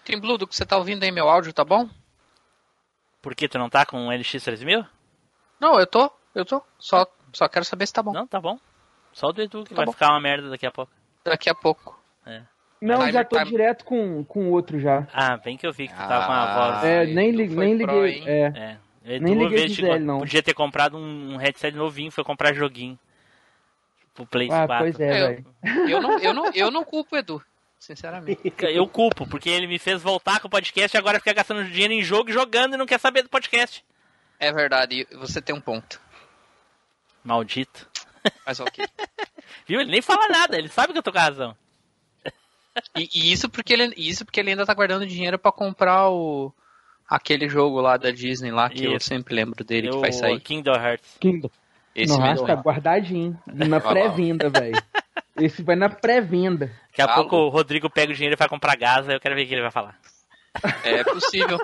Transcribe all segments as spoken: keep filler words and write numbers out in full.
Team Blue, do que você tá ouvindo aí, meu áudio tá bom? Por que tu não tá com o L X três mil? Não, eu tô, eu tô. Só, só quero saber se tá bom. Não, tá bom. Só o do Edu que Tá vai bom. ficar uma merda daqui a pouco. Daqui a pouco. É. Não, Timer, já tô time- direto com com o outro já. Ah, bem que eu vi que tu tava com uma voz. É, Edu nem, li, foi nem pro, liguei. hein? É. É. O Edu, Nem em liguei vez de Gisele, não. podia ter comprado um, um headset novinho, foi comprar joguinho. Pro Play Ah, quatro. pois é, Eu- velho. Eu não, eu, não, eu não culpo o Edu, sinceramente. Eu culpo, porque ele me fez voltar com o podcast e agora fica gastando dinheiro em jogo, jogando e não quer saber do podcast. É verdade, você tem um ponto. Maldito. Mas ok. Viu? Ele nem fala nada, ele sabe que eu tô com a razão. E, e isso, porque ele, isso porque ele ainda tá guardando dinheiro pra comprar o aquele jogo lá da Disney lá, que eu Isso. sempre lembro dele, que Eu- vai sair. Kingdom Hearts. Kingdom. Esse Nossa, mesmo. tá guardadinho. Na pré-venda, velho. Esse vai na pré-venda. Daqui a Ah, pouco louco. o Rodrigo pega o dinheiro e vai comprar gás, aí eu quero ver o que ele vai falar. É possível.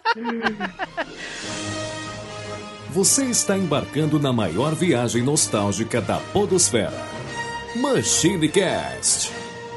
Você está embarcando na maior viagem nostálgica da podosfera. MachineCast.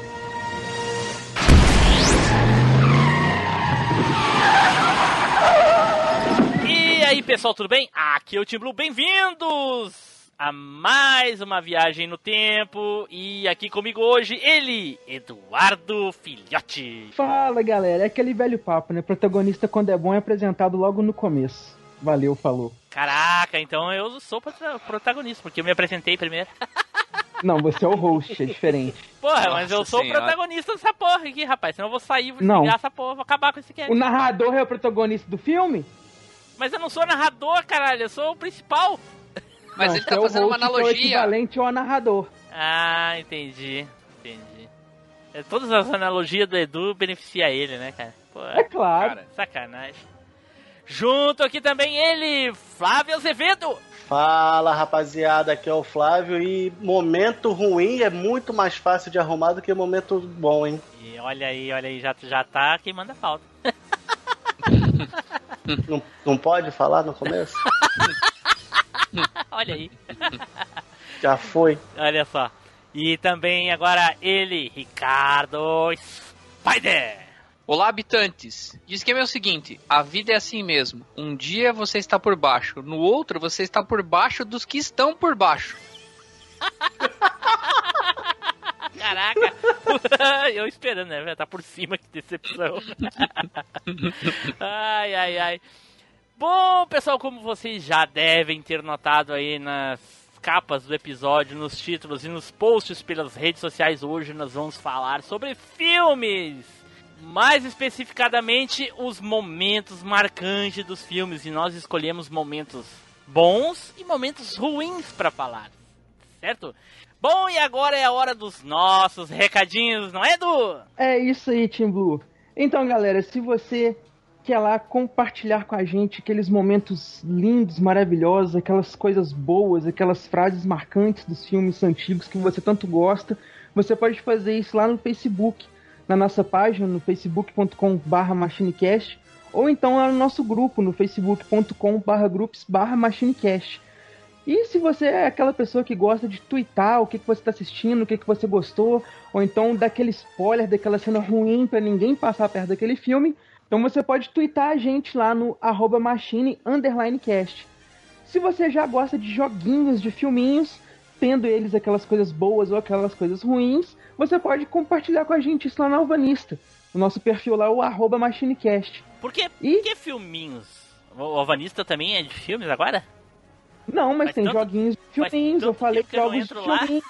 E aí, pessoal, tudo bem? Aqui é o Team Blue, bem-vindos a mais uma viagem no tempo. E aqui comigo hoje, ele, Eduardo Filhote. Fala, galera. É aquele velho papo, né? Protagonista, quando é bom, é apresentado logo no começo. Valeu, falou. Caraca, então eu sou prota- protagonista, porque eu me apresentei primeiro. Não, você é o host, é diferente. Porra, Nossa mas eu sou o senhora. protagonista dessa porra aqui, rapaz. Senão eu vou sair, vou Não. desligar essa porra, vou acabar com esse cast. O narrador é o protagonista do filme? Mas eu não sou narrador, caralho, eu sou o principal. Mas Não, ele você tá é o fazendo uma host, que é o analogia. equivalente ao narrador. Ah, entendi, entendi. É, todas as analogias do Edu beneficiam ele, né, cara? Pô, É claro. Cara, sacanagem. Junto aqui também ele, Flávio Azevedo. Fala, rapaziada, aqui é o Flávio e momento ruim é muito mais fácil de arrumar do que momento bom, hein? E olha aí, olha aí, já, já tá queimando a falta. Não, não pode falar no começo? Olha aí, Já foi. olha só. E também agora ele, Ricardo Spider. olá, habitantes. O esquema é o seguinte, a vida é assim mesmo. Um dia você está por baixo, no outro você está por baixo dos que estão por baixo. Caraca, eu esperando, né? Vai tá por cima, que decepção. Ai, ai, ai. Bom, pessoal, como vocês já devem ter notado aí nas capas do episódio, nos títulos e nos posts pelas redes sociais, hoje nós vamos falar sobre filmes. Mais especificadamente, os momentos marcantes dos filmes. E nós escolhemos momentos bons e momentos ruins para falar, certo? Bom, e agora é a hora dos nossos recadinhos, não é, Edu? É isso aí, Team Blue. Então, galera, se você quer lá compartilhar com a gente aqueles momentos lindos, maravilhosos, aquelas coisas boas, aquelas frases marcantes dos filmes antigos que você tanto gosta, você pode fazer isso lá no Facebook, na nossa página, no facebook ponto com barra machinecast, ou então lá no nosso grupo, no facebook ponto com barra groups barra machinecast. E se você é aquela pessoa que gosta de twittar o que, que você está assistindo, o que, que você gostou, ou então daquele spoiler, daquela cena ruim para ninguém passar perto daquele filme, então você pode twittar a gente lá no arroba machine underline cast. Se você já gosta de joguinhos, de filminhos, tendo eles aquelas coisas boas ou aquelas coisas ruins, você pode compartilhar com a gente isso lá na Alvanista. O nosso perfil lá é o arroba machinecast. Por que, E- por que filminhos? O Alvanista também é de filmes agora? Não, mas Faz tem tanto- joguinhos de faz filminhos. Eu tanto falei tempo que eu não jogos de entro lá. filminhos.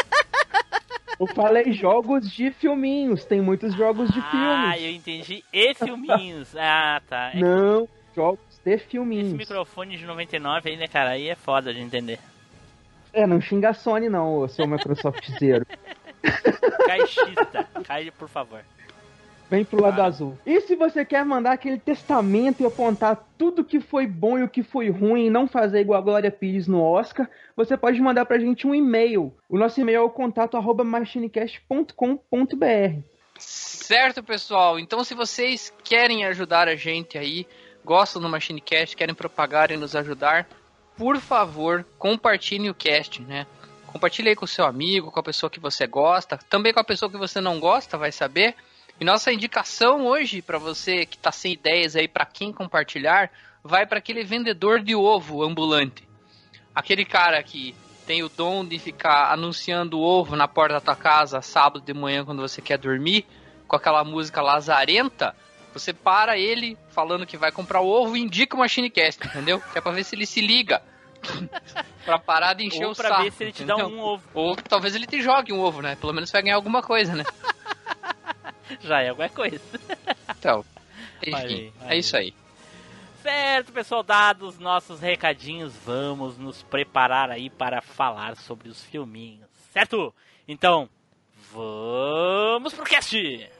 Eu falei jogos de filminhos. Tem muitos jogos de Ah, filmes. eu entendi. E filminhos. Ah, tá. É que Não, jogos de esse filminhos. microfone de noventa e nove aí, né, cara? Aí é foda de entender. É, não xinga a Sony não, ô seu Microsoft Zero. Caixista. Cai, por favor. Vem pro lado Cara. azul. E se você quer mandar aquele testamento e apontar tudo que foi bom e o que foi ruim e não fazer igual a Glória Pires no Oscar, você pode mandar pra gente um e-mail. O nosso e-mail é o contato arroba machinecast ponto com ponto br. Certo, pessoal? Então, se vocês querem ajudar a gente aí, gostam do MachineCast, querem propagar e nos ajudar, por favor, compartilhem o cast, né? Compartilhe aí com o seu amigo, com a pessoa que você gosta, também com a pessoa que você não gosta, vai saber. E nossa indicação hoje, pra você que tá sem ideias aí pra quem compartilhar, vai pra aquele vendedor de ovo ambulante. Aquele cara que tem o dom de ficar anunciando ovo na porta da tua casa sábado de manhã quando você quer dormir, com aquela música lazarenta. Você para ele falando que vai comprar o ovo e indica o MachineCast, entendeu? Que é pra ver se ele se liga. Pra parar de encher Ou o pra saco. ver se ele te entendeu? dá um ovo. Ou talvez ele te jogue um ovo, né? Pelo menos vai ganhar alguma coisa, né? Já é alguma coisa. Então, enfim, Vai aí, vai é isso aí. Certo, pessoal, dados nossos recadinhos, vamos nos preparar aí para falar sobre os filminhos, certo? Então, vamos pro cast!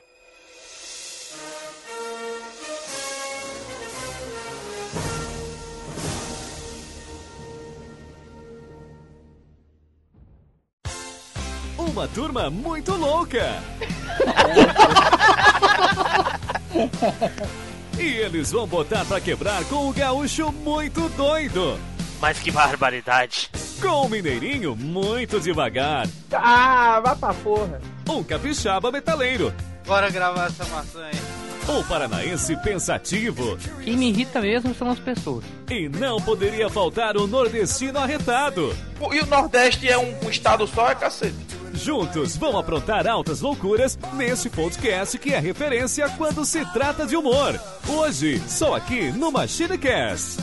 Uma turma muito louca! E eles vão botar pra quebrar com o gaúcho muito doido! Mas que barbaridade! Com o mineirinho muito devagar! Ah, vá pra porra! Um capixaba metaleiro! Bora gravar essa maçã aí. Um paranaense pensativo! Quem me irrita mesmo são as pessoas. E não poderia faltar o nordestino arretado! E o Nordeste é um, um estado só, é cacete. Juntos vão aprontar altas loucuras nesse podcast que é referência quando se trata de humor. Hoje, só aqui no MachineCast.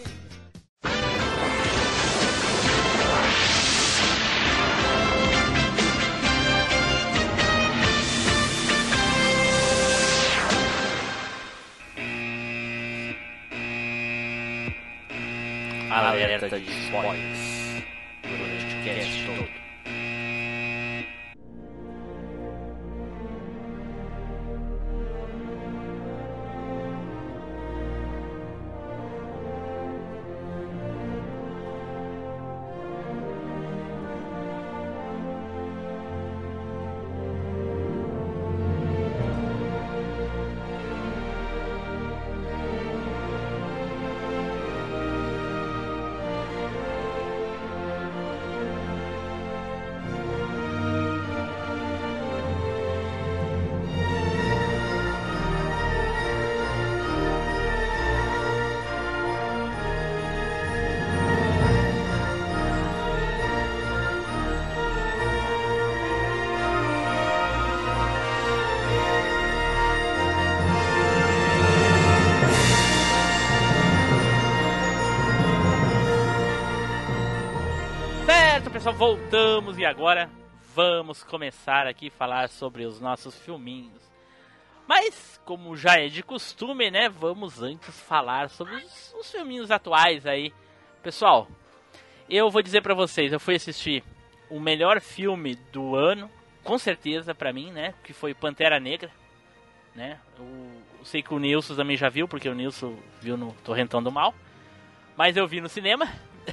Alerta de spoilers durante o cast todo. Pessoal, voltamos e agora vamos começar aqui a falar sobre os nossos filminhos. Mas, como já é de costume, né, vamos antes falar sobre os, os filminhos atuais aí. Pessoal, eu vou dizer pra vocês, eu fui assistir o melhor filme do ano, com certeza pra mim, né, que foi Pantera Negra, né. Eu, eu sei que o Nilson também já viu, porque o Nilson viu no Torrentão do Mal, mas eu vi no cinema.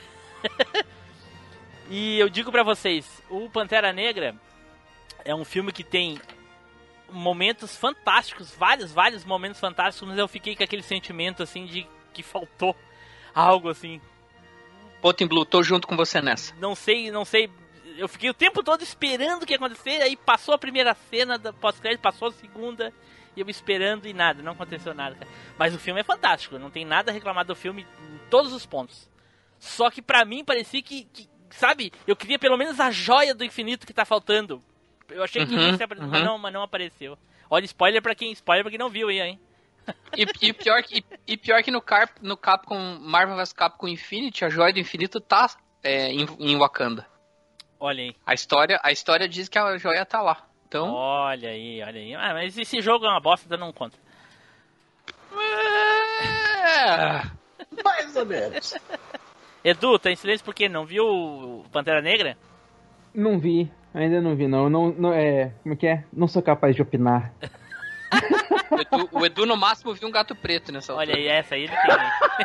E eu digo pra vocês, o Pantera Negra é um filme que tem momentos fantásticos, vários, vários momentos fantásticos, mas eu fiquei com aquele sentimento, assim, de que faltou algo, assim. Potem Blue, tô junto com você nessa. Não sei, não sei, eu fiquei o tempo todo esperando o que ia acontecer, aí passou a primeira cena da pós-crédito, passou a segunda, e eu esperando e nada, não aconteceu nada, cara. Mas o filme é fantástico, não tem nada a reclamar do filme em todos os pontos. Só que pra mim parecia que... que sabe, eu queria pelo menos a joia do infinito que tá faltando. Eu achei que uhum, isso ia aparecer, uhum. mas, não, mas não apareceu. Olha, spoiler pra quem, spoiler pra quem não viu aí, hein. E, e, pior, que, e pior que no, Cap, no Capcom, Marvel versus. Capcom Infinity, a joia do infinito tá é, em, em Wakanda. Olha aí. A história, a história diz que a joia tá lá. Então... Olha aí, olha aí. Ah, mas esse jogo é uma bosta, então não conta. É... Mais ou menos. Edu, tá em silêncio porque não viu o Pantera Negra? Não vi, ainda não vi não. não, não é, como é que é? Não sou capaz de opinar. O Edu, o Edu no máximo viu um gato preto nessa altura. Olha aí, essa aí ele tem.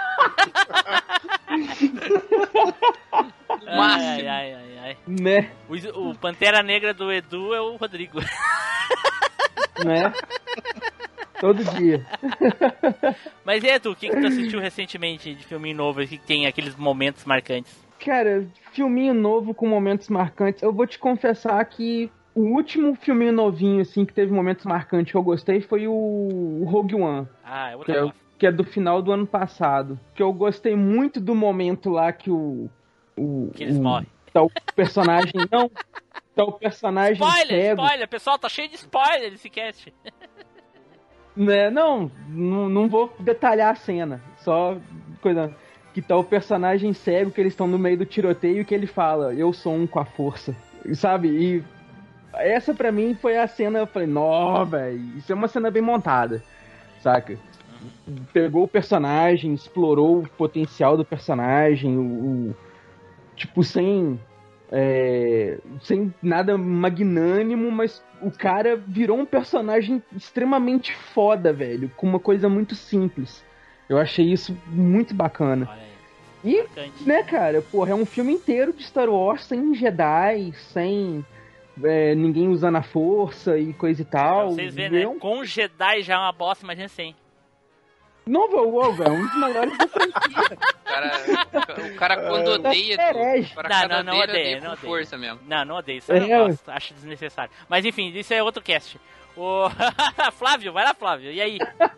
Máximo. Ai, ai, ai, ai. Né? O, o Pantera Negra do Edu é o Rodrigo. Né? Todo dia. Mas e Edu, o que, que tu assistiu recentemente de filme novo que tem aqueles momentos marcantes? Cara, filminho novo com momentos marcantes. Eu vou te confessar que O último filminho novinho, assim, que teve momentos marcantes que eu gostei foi o, o Rogue One. Ah, eu que é, que é do final do ano passado. Que eu gostei muito do momento lá que o... o que eles o, morrem. Tá o personagem... não, tá o personagem Spoiler, cego. spoiler, pessoal, tá cheio de spoiler esse cast. Né, não, não, não vou detalhar a cena. Só coisa... Que tá o personagem cego, que eles estão no meio do tiroteio, que ele fala, eu sou um com a força. Sabe? E essa pra mim foi a cena, eu falei, nó, velho, isso é uma cena bem montada, saca? Pegou o personagem, explorou o potencial do personagem, o, o tipo, sem é, sem nada magnânimo, mas o cara virou um personagem extremamente foda, velho, com uma coisa muito simples. Eu achei isso muito bacana. Olha aí. E, Marcante. né, cara, porra, é um filme inteiro de Star Wars sem Jedi, sem é, ninguém usando a força e coisa e tal. Pra vocês verem, né? É um... Com Jedi já é uma bosta, imagina sem. Não, velho, é um dos melhores da franquia. O cara, o cara quando odeia, Tá tu, herege. para Não, cada não, não odeia, odeia, odeia não com odeia. força mesmo. Não, não odeio, isso É, eu não gosto, acho desnecessário. Mas enfim, isso é outro cast. O Flávio, vai lá, Flávio, e aí?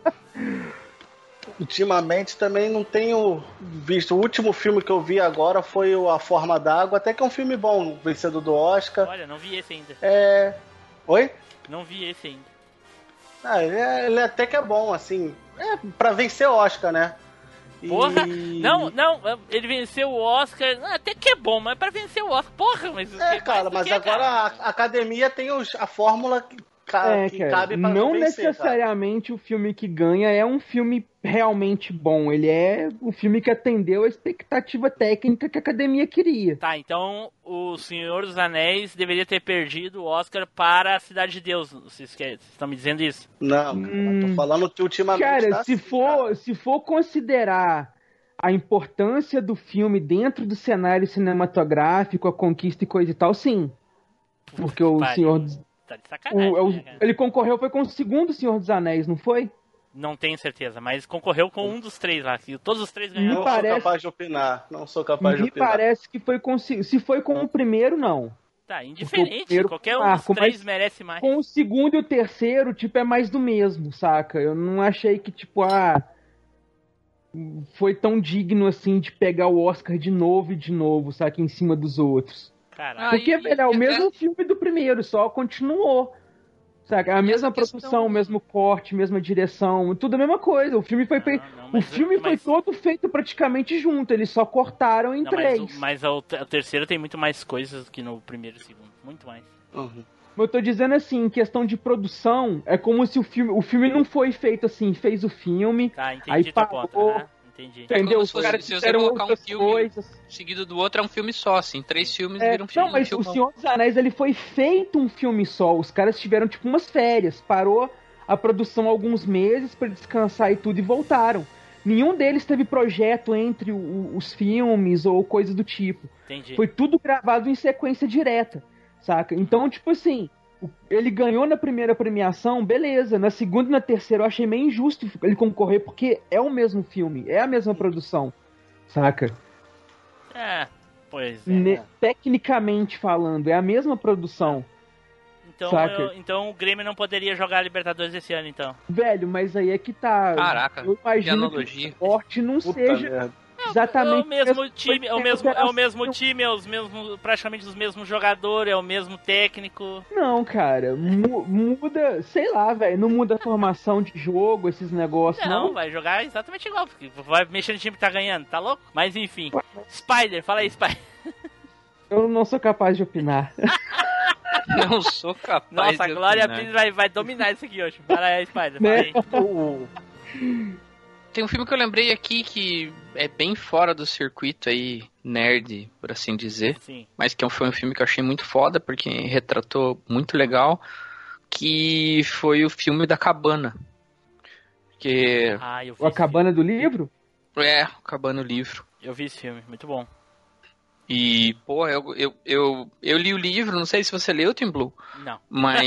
Ultimamente também não tenho visto. O último filme que eu vi agora foi o A Forma d'Água, até que é um filme bom, vencedor do Oscar. Olha, não vi esse ainda. É. Oi? Não vi esse ainda. Ah, ele, é, ele até que é bom, assim. É pra vencer o Oscar, né? E- Porra, não, não, ele venceu o Oscar, até que é bom, mas pra vencer o Oscar, porra, mas... É, que- cara, do mas que, agora cara? a academia tem os, a fórmula que, ca- É, que cara, cabe pra não vencer, necessariamente o filme que ganha é um filme realmente bom. Ele é o filme que atendeu a expectativa técnica que a academia queria. Tá, então o Senhor dos Anéis deveria ter perdido o Oscar para a Cidade de Deus, vocês, querem, vocês estão me dizendo isso? Não, cara, eu tô falando que ultimamente Cara, tá se assim, for, cara. se for considerar a importância do filme dentro do cenário cinematográfico, a conquista e coisa e tal, sim. Porque o Pariu. Senhor dos- Tá de o- sacanagem, é o- né, cara? ele concorreu foi com o segundo Senhor dos Anéis, não foi? Não tenho certeza, mas concorreu com um dos três lá, que todos os três ganharam. Não parece- sou capaz de opinar. Não sou capaz de Me opinar. parece que foi com se se foi com o primeiro, não. Tá, Porque o indiferente, primeiro qualquer um dos marco, três mas merece mais. Com o segundo e o terceiro, tipo, é mais do mesmo, saca? Eu não achei que, tipo, ah, foi tão digno assim de pegar o Oscar de novo e de novo, saca? Em cima dos outros. Caralho. Porque, Ah, e- velho, é o e mesmo até- filme do primeiro, só continuou. Saca? A mesma essa questão- produção, o mesmo corte, mesma direção, tudo a mesma coisa. O filme foi Não, feito. não, O mas- filme foi mas- todo feito praticamente junto, eles só cortaram em Não, mas três. o, mas o, te- o terceiro tem muito mais coisas que no primeiro e segundo. Muito mais. Uhum. Eu tô dizendo assim, em questão de produção, é como se o filme. O filme não foi feito assim, fez o filme, Tá, entendi aí tua parou, ponta. Aham, entendi. É entendeu? como Os se fosse- caras se você fizeram colocar um outras filme coisas. seguido do outro é um filme só, assim. Três filmes É, viram um filme. não, mas um o filmão. Senhor dos Anéis ele foi feito um filme só. Os caras tiveram tipo umas férias, parou a produção alguns meses pra descansar e tudo e voltaram. Nenhum deles teve projeto entre o- os filmes ou coisa do tipo. Entendi. Foi tudo gravado em sequência direta, saca? Então, tipo assim, o- ele ganhou na primeira premiação, beleza. Na segunda e na terceira eu achei meio injusto ele concorrer, porque é o mesmo filme, é a mesma produção, saca? É, pois é. Ne- Tecnicamente falando, é a mesma produção. Então, saca. eu- então o Grêmio não poderia jogar a Libertadores esse ano, então. Velho, mas aí é que tá. Caraca, eu que imagino que o analogia. esporte não Puta seja merda. exatamente É o mesmo mesmo time, é o foi mesmo, é o mesmo operação. time, é os mesmos, praticamente os mesmos jogadores, é o mesmo técnico. Não, cara, mu- muda, sei lá, velho, não muda a formação de jogo, esses negócios, Não, não. vai jogar exatamente igual, porque vai mexer no time que tá ganhando, tá louco? Mas enfim. Spider, fala aí, Spider. Eu não sou capaz de opinar. Não sou capaz Nossa, a de Glória opinar. Pires vai, vai dominar isso aqui hoje. Fala aí, Spider, fala Né? aí. O- Tem um filme que eu lembrei aqui que é bem fora do circuito aí, nerd, por assim dizer. Sim. Mas que foi um filme que eu achei muito foda, porque retratou muito legal. Que foi o filme da Cabana. Que Ah, eu vi O A esse Cabana do Livro? é, Cabana o livro. filme. Eu vi esse filme, muito bom. E, pô, eu, eu, eu, eu li o livro, não sei se você leu, Tim Blue, Não. mas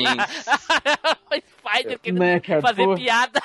o Spider querendo Né, cara, fazer pô. piada.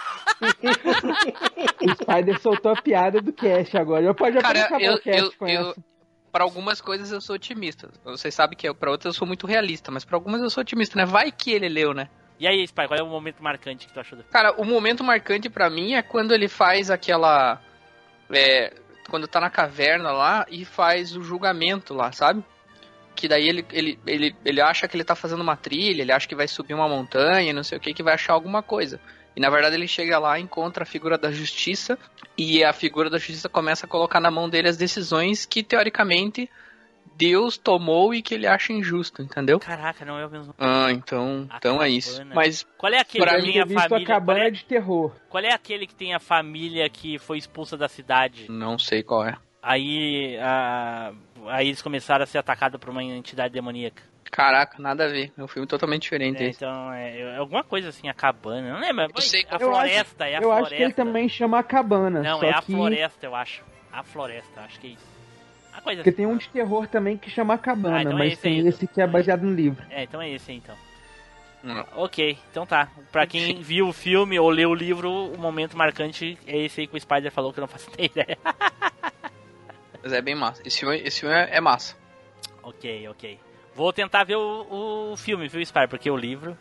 O Spider soltou a piada do cast agora. Eu pode Cara, acabar eu- o cast eu- com eu- essa. pra algumas coisas eu sou otimista. Vocês sabem que pra outras eu sou muito realista, mas pra algumas eu sou otimista, né? Vai que ele leu, né? E aí, Spy, qual é o momento marcante que tu achou do filme? Cara, o momento marcante pra mim é quando ele faz aquela... É, quando tá na caverna lá e faz o julgamento lá, sabe? Que daí ele, ele, ele, ele acha que ele tá fazendo uma trilha, ele acha que vai subir uma montanha, não sei o que, que vai achar alguma coisa. E na verdade ele chega lá, encontra a figura da justiça, e a figura da justiça começa a colocar na mão dele as decisões que, teoricamente, Deus tomou e que ele acha injusto, entendeu? Caraca, não é o mesmo. Ah, então, A então é cabana. isso. Mas Qual é aquele Pra que mim, tem a Visto família? a cabana Qual é, de terror. qual é aquele que tem a família que foi expulsa da cidade? não sei qual é. Aí, a, aí eles começaram a ser atacados por uma entidade demoníaca. Caraca, nada a ver. É um filme totalmente diferente É, esse. então, é, é alguma coisa assim, a cabana. Não lembro. Eu sei a qual- Eu floresta, é a eu floresta. acho que ele também chama a cabana. Não, só é a que... floresta, eu acho. A floresta, acho que é isso. A coisa Porque assim. tem um de terror também que chama a cabana, Ah, então é mas esse tem aí, esse que é baseado no livro. É, então é esse aí, então. Hum. Ok, então tá. Pra quem viu o filme ou leu o livro, o momento marcante é esse aí que o Spider falou que eu não faço nem ideia. Mas é bem massa. Esse filme, esse filme é, é massa. Ok, ok. Vou tentar ver o, o filme, viu, Spider? Porque o livro...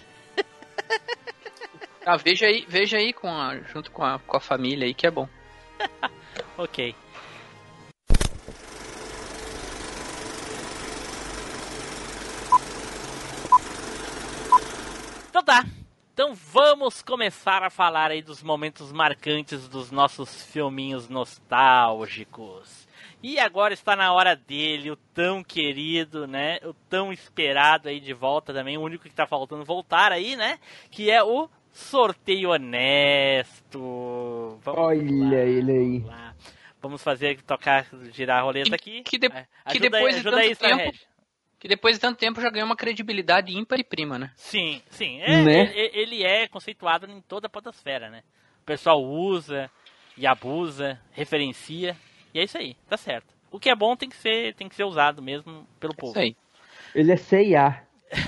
Ah, veja aí, veja aí com a, junto com a, com a família aí que é bom. Ok. Então tá. Então vamos começar a falar aí dos momentos marcantes dos nossos filminhos nostálgicos. E agora está na hora dele, o tão querido, né? O tão esperado aí de volta também, o único que tá faltando voltar aí, né? Que é o Sorteio Honesto. Vamos Olha lá, ele aí. vamos lá. Vamos fazer, tocar, girar a roleta aqui. Que, de- É, que ajuda depois aí, de ajuda aí, tanto tempo, Starhead. que depois de tanto tempo já ganhou uma credibilidade ímpar e prima, né? Sim, sim. É, Né? ele, ele é conceituado em toda a podosfera, né? O pessoal usa e abusa, referencia. E é isso aí, tá certo. O que é bom tem que ser, tem que ser usado mesmo pelo povo. Isso aí. Ele é C I A.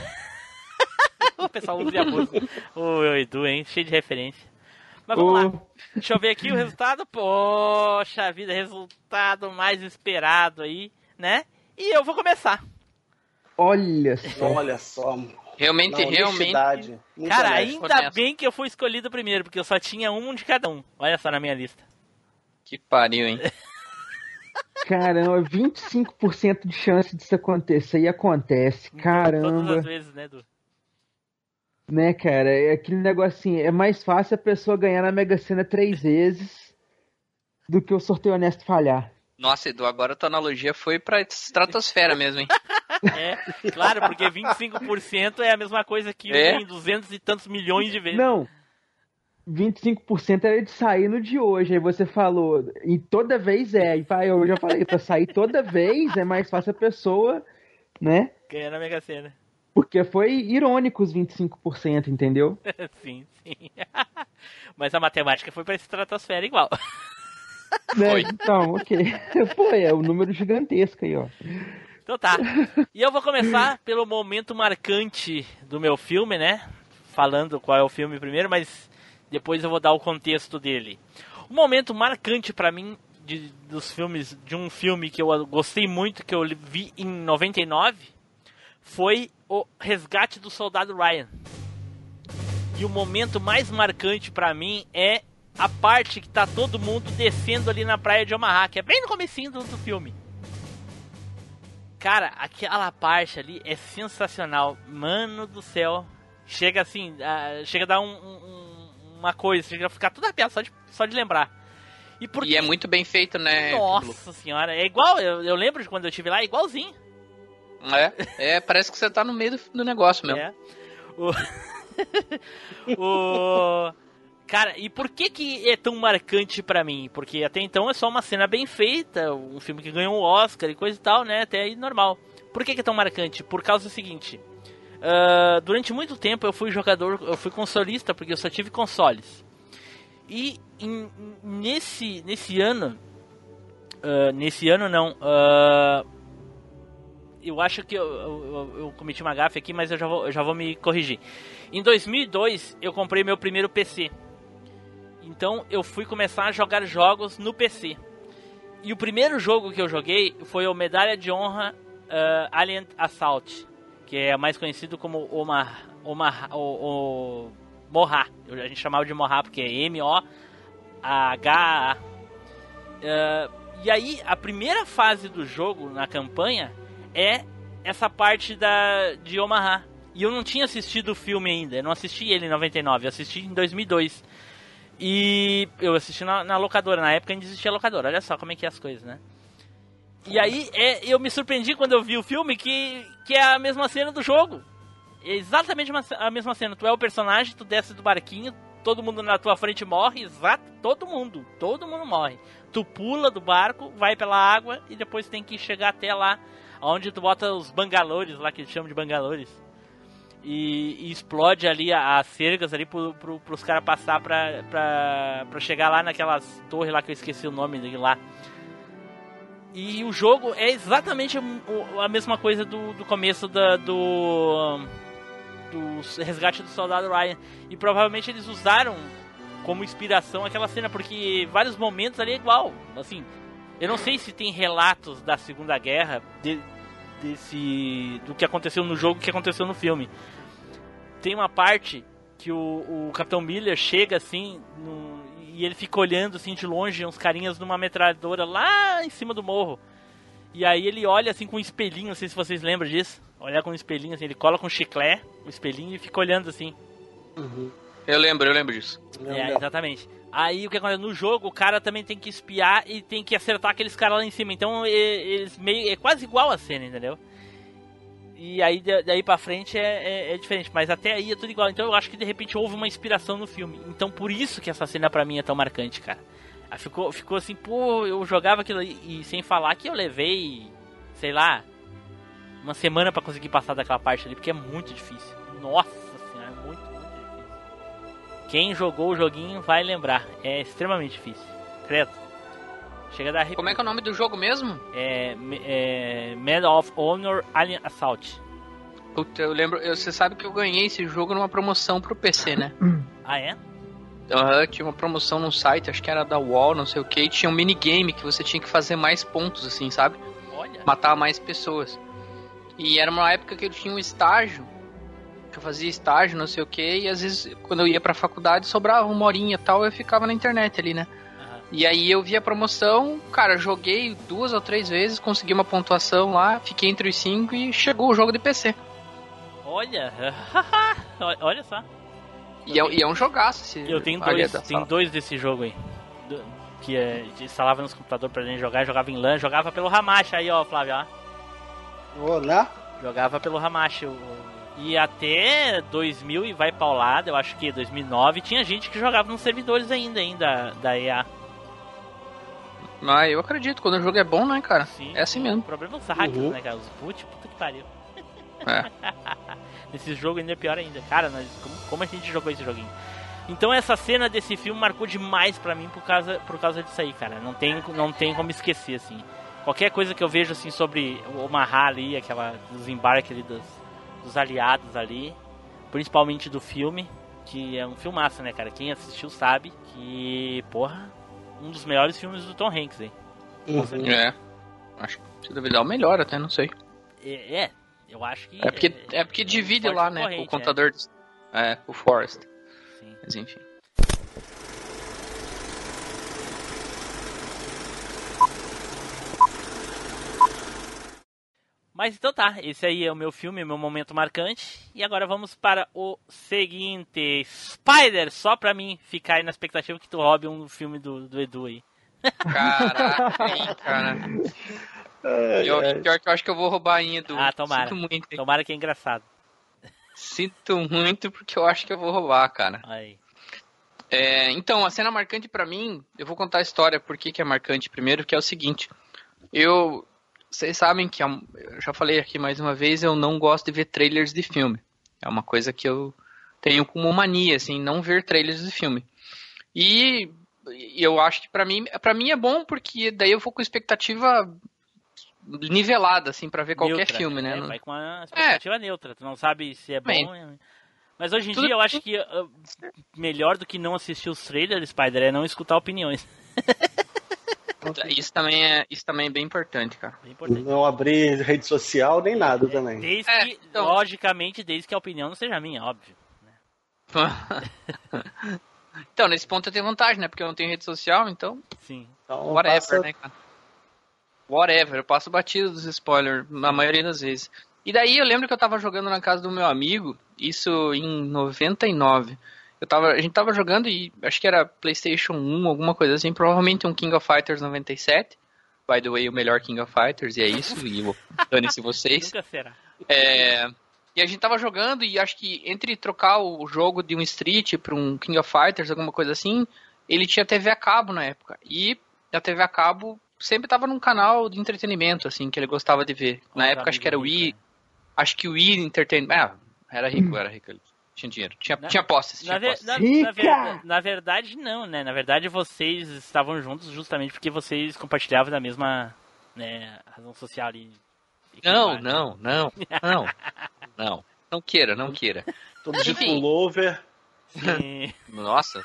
O pessoal usa e abusa. O Edu, hein? Cheio de referência. Mas vamos lá. O- Deixa eu ver aqui o resultado. Poxa vida, resultado mais esperado aí, né? E eu vou começar. Olha só. Olha só. Realmente, Na realmente. honestidade, muito Cara, honesto. ainda honesto. bem que eu fui escolhido primeiro, porque eu só tinha um de cada um. Olha só na minha lista. Que pariu, hein? Caramba, vinte e cinco por cento de chance disso acontecer e acontece. Todas Caramba. as vezes, né, Edu? Né, cara? É aquele negocinho. É mais fácil a pessoa ganhar na Mega Sena três vezes do que o sorteio honesto falhar. Nossa, Edu, agora tua analogia foi pra estratosfera mesmo, hein? É, claro, porque vinte e cinco por cento é a mesma coisa que É? em duzentos e tantos milhões de vezes. Não. vinte e cinco por cento era de sair no de hoje. Aí você falou. E toda vez é. E vai, eu já falei, pra sair toda vez é mais fácil a pessoa, né? Ganhando a Mega Sena. Porque foi irônico os vinte e cinco por cento, entendeu? Sim, sim. Mas a matemática foi pra estratosfera igual. Né? Então, ok. Pô, é um número gigantesco aí, ó. Então tá. E eu vou começar pelo momento marcante do meu filme, né? Falando qual é o filme primeiro, mas depois eu vou dar o contexto dele. O momento marcante pra mim de, dos filmes, de um filme que eu gostei muito, que eu vi em noventa e nove, foi o Resgate do Soldado Ryan. E o momento mais marcante pra mim é a parte que tá todo mundo descendo ali na praia de Omaha, que é bem no comecinho do, do filme. Cara, aquela parte ali é sensacional. Mano do céu. Chega assim, uh, chega a dar um, um, uma coisa, chega a ficar tudo arrepiado só de, só de lembrar. E, porque... E é muito bem feito, né? Nossa senhora, é igual, eu, eu lembro de quando eu estive lá, é igualzinho. É, é, parece que você tá no meio do, do negócio mesmo. É. O... o... Cara, e por que que é tão marcante pra mim? Porque até então é só uma cena bem feita, um filme que ganhou um Oscar e coisa e tal, né? Até aí normal. Por que que é tão marcante? Por causa do seguinte... Uh, durante muito tempo eu fui jogador, eu fui consolista, porque eu só tive consoles. E em, nesse, nesse ano... Uh, nesse ano não... Uh, eu acho que eu, eu, eu cometi uma gafe aqui, mas eu já vou, eu já vou me corrigir. Em dois mil e dois eu comprei meu primeiro P C. Então eu fui começar a jogar jogos no P C. E o primeiro jogo que eu joguei foi o Medalha de Honra uh, Alien Assault, que é mais conhecido como Omar, Omar, o, o Morra. A gente chamava de Morra porque é M O H A. Uh, e aí, a primeira fase do jogo, na campanha, é essa parte da, de Omaha. E eu não tinha assistido o filme ainda, eu não assisti ele em noventa e nove, eu assisti em dois mil e dois. E eu assisti na, na locadora, na época ainda existia locadora, olha só como é que é as coisas, né? E aí é, eu me surpreendi quando eu vi o filme que, que é a mesma cena do jogo. É exatamente uma, a mesma cena, tu é o personagem, tu desce do barquinho, todo mundo na tua frente morre, exato, todo mundo, todo mundo morre. Tu pula do barco, vai pela água e depois tem que chegar até lá, onde tu bota os bangalores lá, que eles chamam de bangalores. E, e explode ali as cercas ali pro, pro, pros caras passar pra, pra, pra chegar lá naquelas torres lá que eu esqueci o nome dele lá. E o jogo é exatamente a mesma coisa do, do começo da, do, do resgate do soldado Ryan. E provavelmente eles usaram como inspiração aquela cena, porque vários momentos ali é igual. Assim, eu não sei se tem relatos da Segunda Guerra de, desse, do que aconteceu no jogo, que aconteceu no filme. Tem uma parte que o, o Capitão Miller chega assim no, e ele fica olhando assim de longe uns carinhas numa metralhadora lá em cima do morro. E aí ele olha assim com um espelhinho, não sei se vocês lembram disso. Olhar com um espelhinho assim, ele cola com um chiclete, o espelhinho, e fica olhando assim. Uhum. Eu lembro, eu lembro disso. É, exatamente. Aí o que acontece? No jogo, o cara também tem que espiar e tem que acertar aqueles caras lá em cima. Então eles meio, é quase igual a cena, entendeu? E aí daí pra frente é, é, é diferente, mas até aí é tudo igual. Então eu acho que de repente houve uma inspiração no filme. Então por isso que essa cena pra mim é tão marcante, cara. Ficou, ficou assim, pô, eu jogava aquilo e, e sem falar que eu levei, sei lá, uma semana pra conseguir passar daquela parte ali, porque é muito difícil. Nossa senhora, é muito, muito difícil. Quem jogou o joguinho vai lembrar, é extremamente difícil. Credo. Chega a dar arrepio. Como é que é o nome do jogo mesmo? É, é Medal of Honor Alien Assault. Puta, eu lembro, eu, você sabe que eu ganhei esse jogo numa promoção pro P C, né? Ah, é? Uhum, tinha uma promoção no site, acho que era da U O L, não sei o que, e tinha um minigame que você tinha que fazer mais pontos, assim, sabe? Olha. Matar mais pessoas. E era uma época que eu tinha um estágio, que eu fazia estágio, não sei o que, e às vezes quando eu ia pra faculdade sobrava uma horinha e tal, eu ficava na internet ali, né? E aí eu vi a promoção, cara, joguei duas ou três vezes, consegui uma pontuação lá, fiquei entre os cinco e chegou o jogo de P C. Olha, olha só. E é, e é um jogaço esse. Eu tenho dois, tenho dois desse jogo aí. Do, que é, instalava nos computadores pra gente jogar, jogava em LAN, jogava pelo Hamachi aí, ó, Flávio, ó. Olá. Jogava pelo Hamachi. E até dois mil e vai pra lado, eu acho que dois mil e nove, tinha gente que jogava nos servidores ainda, ainda da E A. Ah, eu acredito, quando o jogo é bom, né, cara? Sim, é assim mesmo. O problema é os hacks, uhum. né, cara? Os boot, puta que pariu. É. Nesse jogo ainda é pior ainda. Cara, nós, como, como a gente jogou esse joguinho? Então essa cena desse filme marcou demais pra mim por causa, por causa disso aí, cara. Não tem, não tem como esquecer, assim. Qualquer coisa que eu vejo, assim, sobre o Omaha ali, aquela desembarque ali dos, dos aliados ali, principalmente do filme, que é um filmaço, né, cara? Quem assistiu sabe que, porra, um dos melhores filmes do Tom Hanks, hein? Uhum. É. Acho que se duvidar o melhor até, não sei. É, é, eu acho que... É porque, é, é porque é divide lá, né, o contador... É, é o Forrest. Sim. Mas enfim. Mas então tá, esse aí é o meu filme, meu momento marcante. E agora vamos para o seguinte. Spider, só pra mim ficar aí na expectativa que tu roube um filme do, do Edu aí. Caraca, hein, cara. Eu, pior que eu acho que eu vou roubar ainda, Edu. Ah, tomara. Sinto muito. Tomara que é engraçado. Sinto muito porque eu acho que eu vou roubar, cara. Aí. É, então, a cena marcante pra mim, eu vou contar a história por que que é marcante primeiro, que é o seguinte. Eu... Vocês sabem que, eu já falei aqui mais uma vez, eu não gosto de ver trailers de filme. É uma coisa que eu tenho como mania, assim, não ver trailers de filme. E eu acho que pra mim, pra mim é bom, porque daí eu vou com expectativa nivelada, assim, pra ver qualquer neutra, filme, né? É, vai com a expectativa é. neutra, tu não sabe se é bom... Bem, mas hoje em tudo... dia eu acho que uh, melhor do que não assistir os trailers, Spider, é não escutar opiniões. Isso também é, isso também é bem importante, cara. Bem importante. Não abrir rede social nem nada também. Desde É, que, então- logicamente, desde que a opinião não seja minha, óbvio. Então, nesse ponto eu tenho vantagem, né? Porque eu não tenho rede social, então. Sim. Então, Whatever, passa- né, cara? Whatever, eu passo batido dos spoilers na maioria das vezes. E daí eu lembro que eu tava jogando na casa do meu amigo, isso em noventa e nove. Eu tava, a gente tava jogando e acho que era PlayStation um, alguma coisa assim, provavelmente um King of Fighters noventa e sete. By the way, o melhor King of Fighters, e é isso, e eu- dane-se vocês. Nunca será. É, e a gente tava jogando e acho que entre trocar o jogo de um Street pra um King of Fighters, alguma coisa assim, ele tinha T V a cabo na época. E a T V a cabo sempre tava num canal de entretenimento, assim, que ele gostava de ver. Na Os época acho que era o amigos Wii, ricos, acho que o Wii Entertainment, ah, era rico, era rico, ele tinha dinheiro, tinha, Na- tinha posses, tinha Na, ver- posses. na- Rica! na verda- na verdade, não, né? Na verdade, vocês estavam juntos justamente porque vocês compartilhavam da mesma, né, razão social ali. Não, não, não, não, não, não queira, não queira. Todos de Enfim. pullover. Sim. Nossa.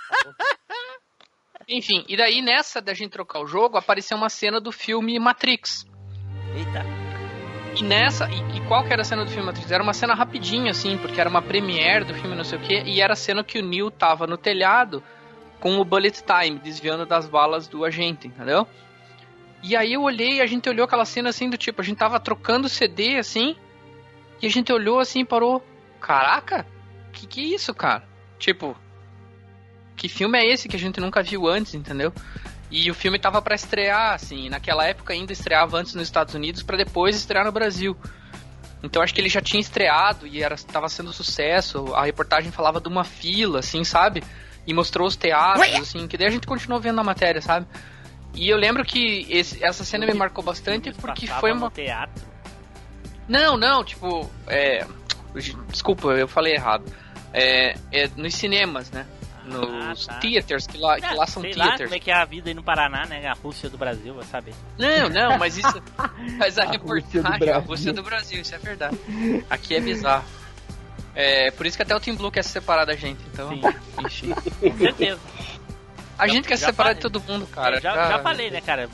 Enfim, e daí nessa da gente trocar o jogo, apareceu uma cena do filme Matrix. Eita. E nessa, e, e qual que era a cena do filme Matrix? Era uma cena rapidinha, assim, porque era uma premiere do filme, não sei o quê, e era a cena que o Neo tava no telhado com o bullet time, desviando das balas do agente, entendeu? E aí eu olhei, e a gente olhou aquela cena assim, do tipo, a gente tava trocando C D, assim, e a gente olhou assim e parou, caraca, que que é isso, cara? Tipo, que filme é esse que a gente nunca viu antes, entendeu? E o filme tava pra estrear, assim, naquela época ainda estreava antes nos Estados Unidos pra depois estrear no Brasil. Então acho que ele já tinha estreado e era, tava sendo sucesso, a reportagem falava de uma fila, assim, sabe? E mostrou os teatros, assim, que daí a gente continuou vendo na matéria, sabe? E eu lembro que esse, essa cena me marcou bastante Filmes porque passavam foi no uma... teatro. Não, não, tipo, é... Desculpa, eu falei errado. É, é nos cinemas, né? Nos Ah, tá. theaters, que lá, que lá são Sei lá theaters. como é que é a vida aí no Paraná, né? A Rússia do Brasil, vai saber. Não, não, mas isso. Mas a, A Rússia do reportagem, a Brasil. Rússia do Brasil, isso é verdade. Aqui é bizarro. É, por isso que até o Team Blue quer se separar da gente, então. Sim. Enfim. Com certeza. A Já- gente quer se já separar falei. de todo mundo, cara. Eu já, já falei, né, cara?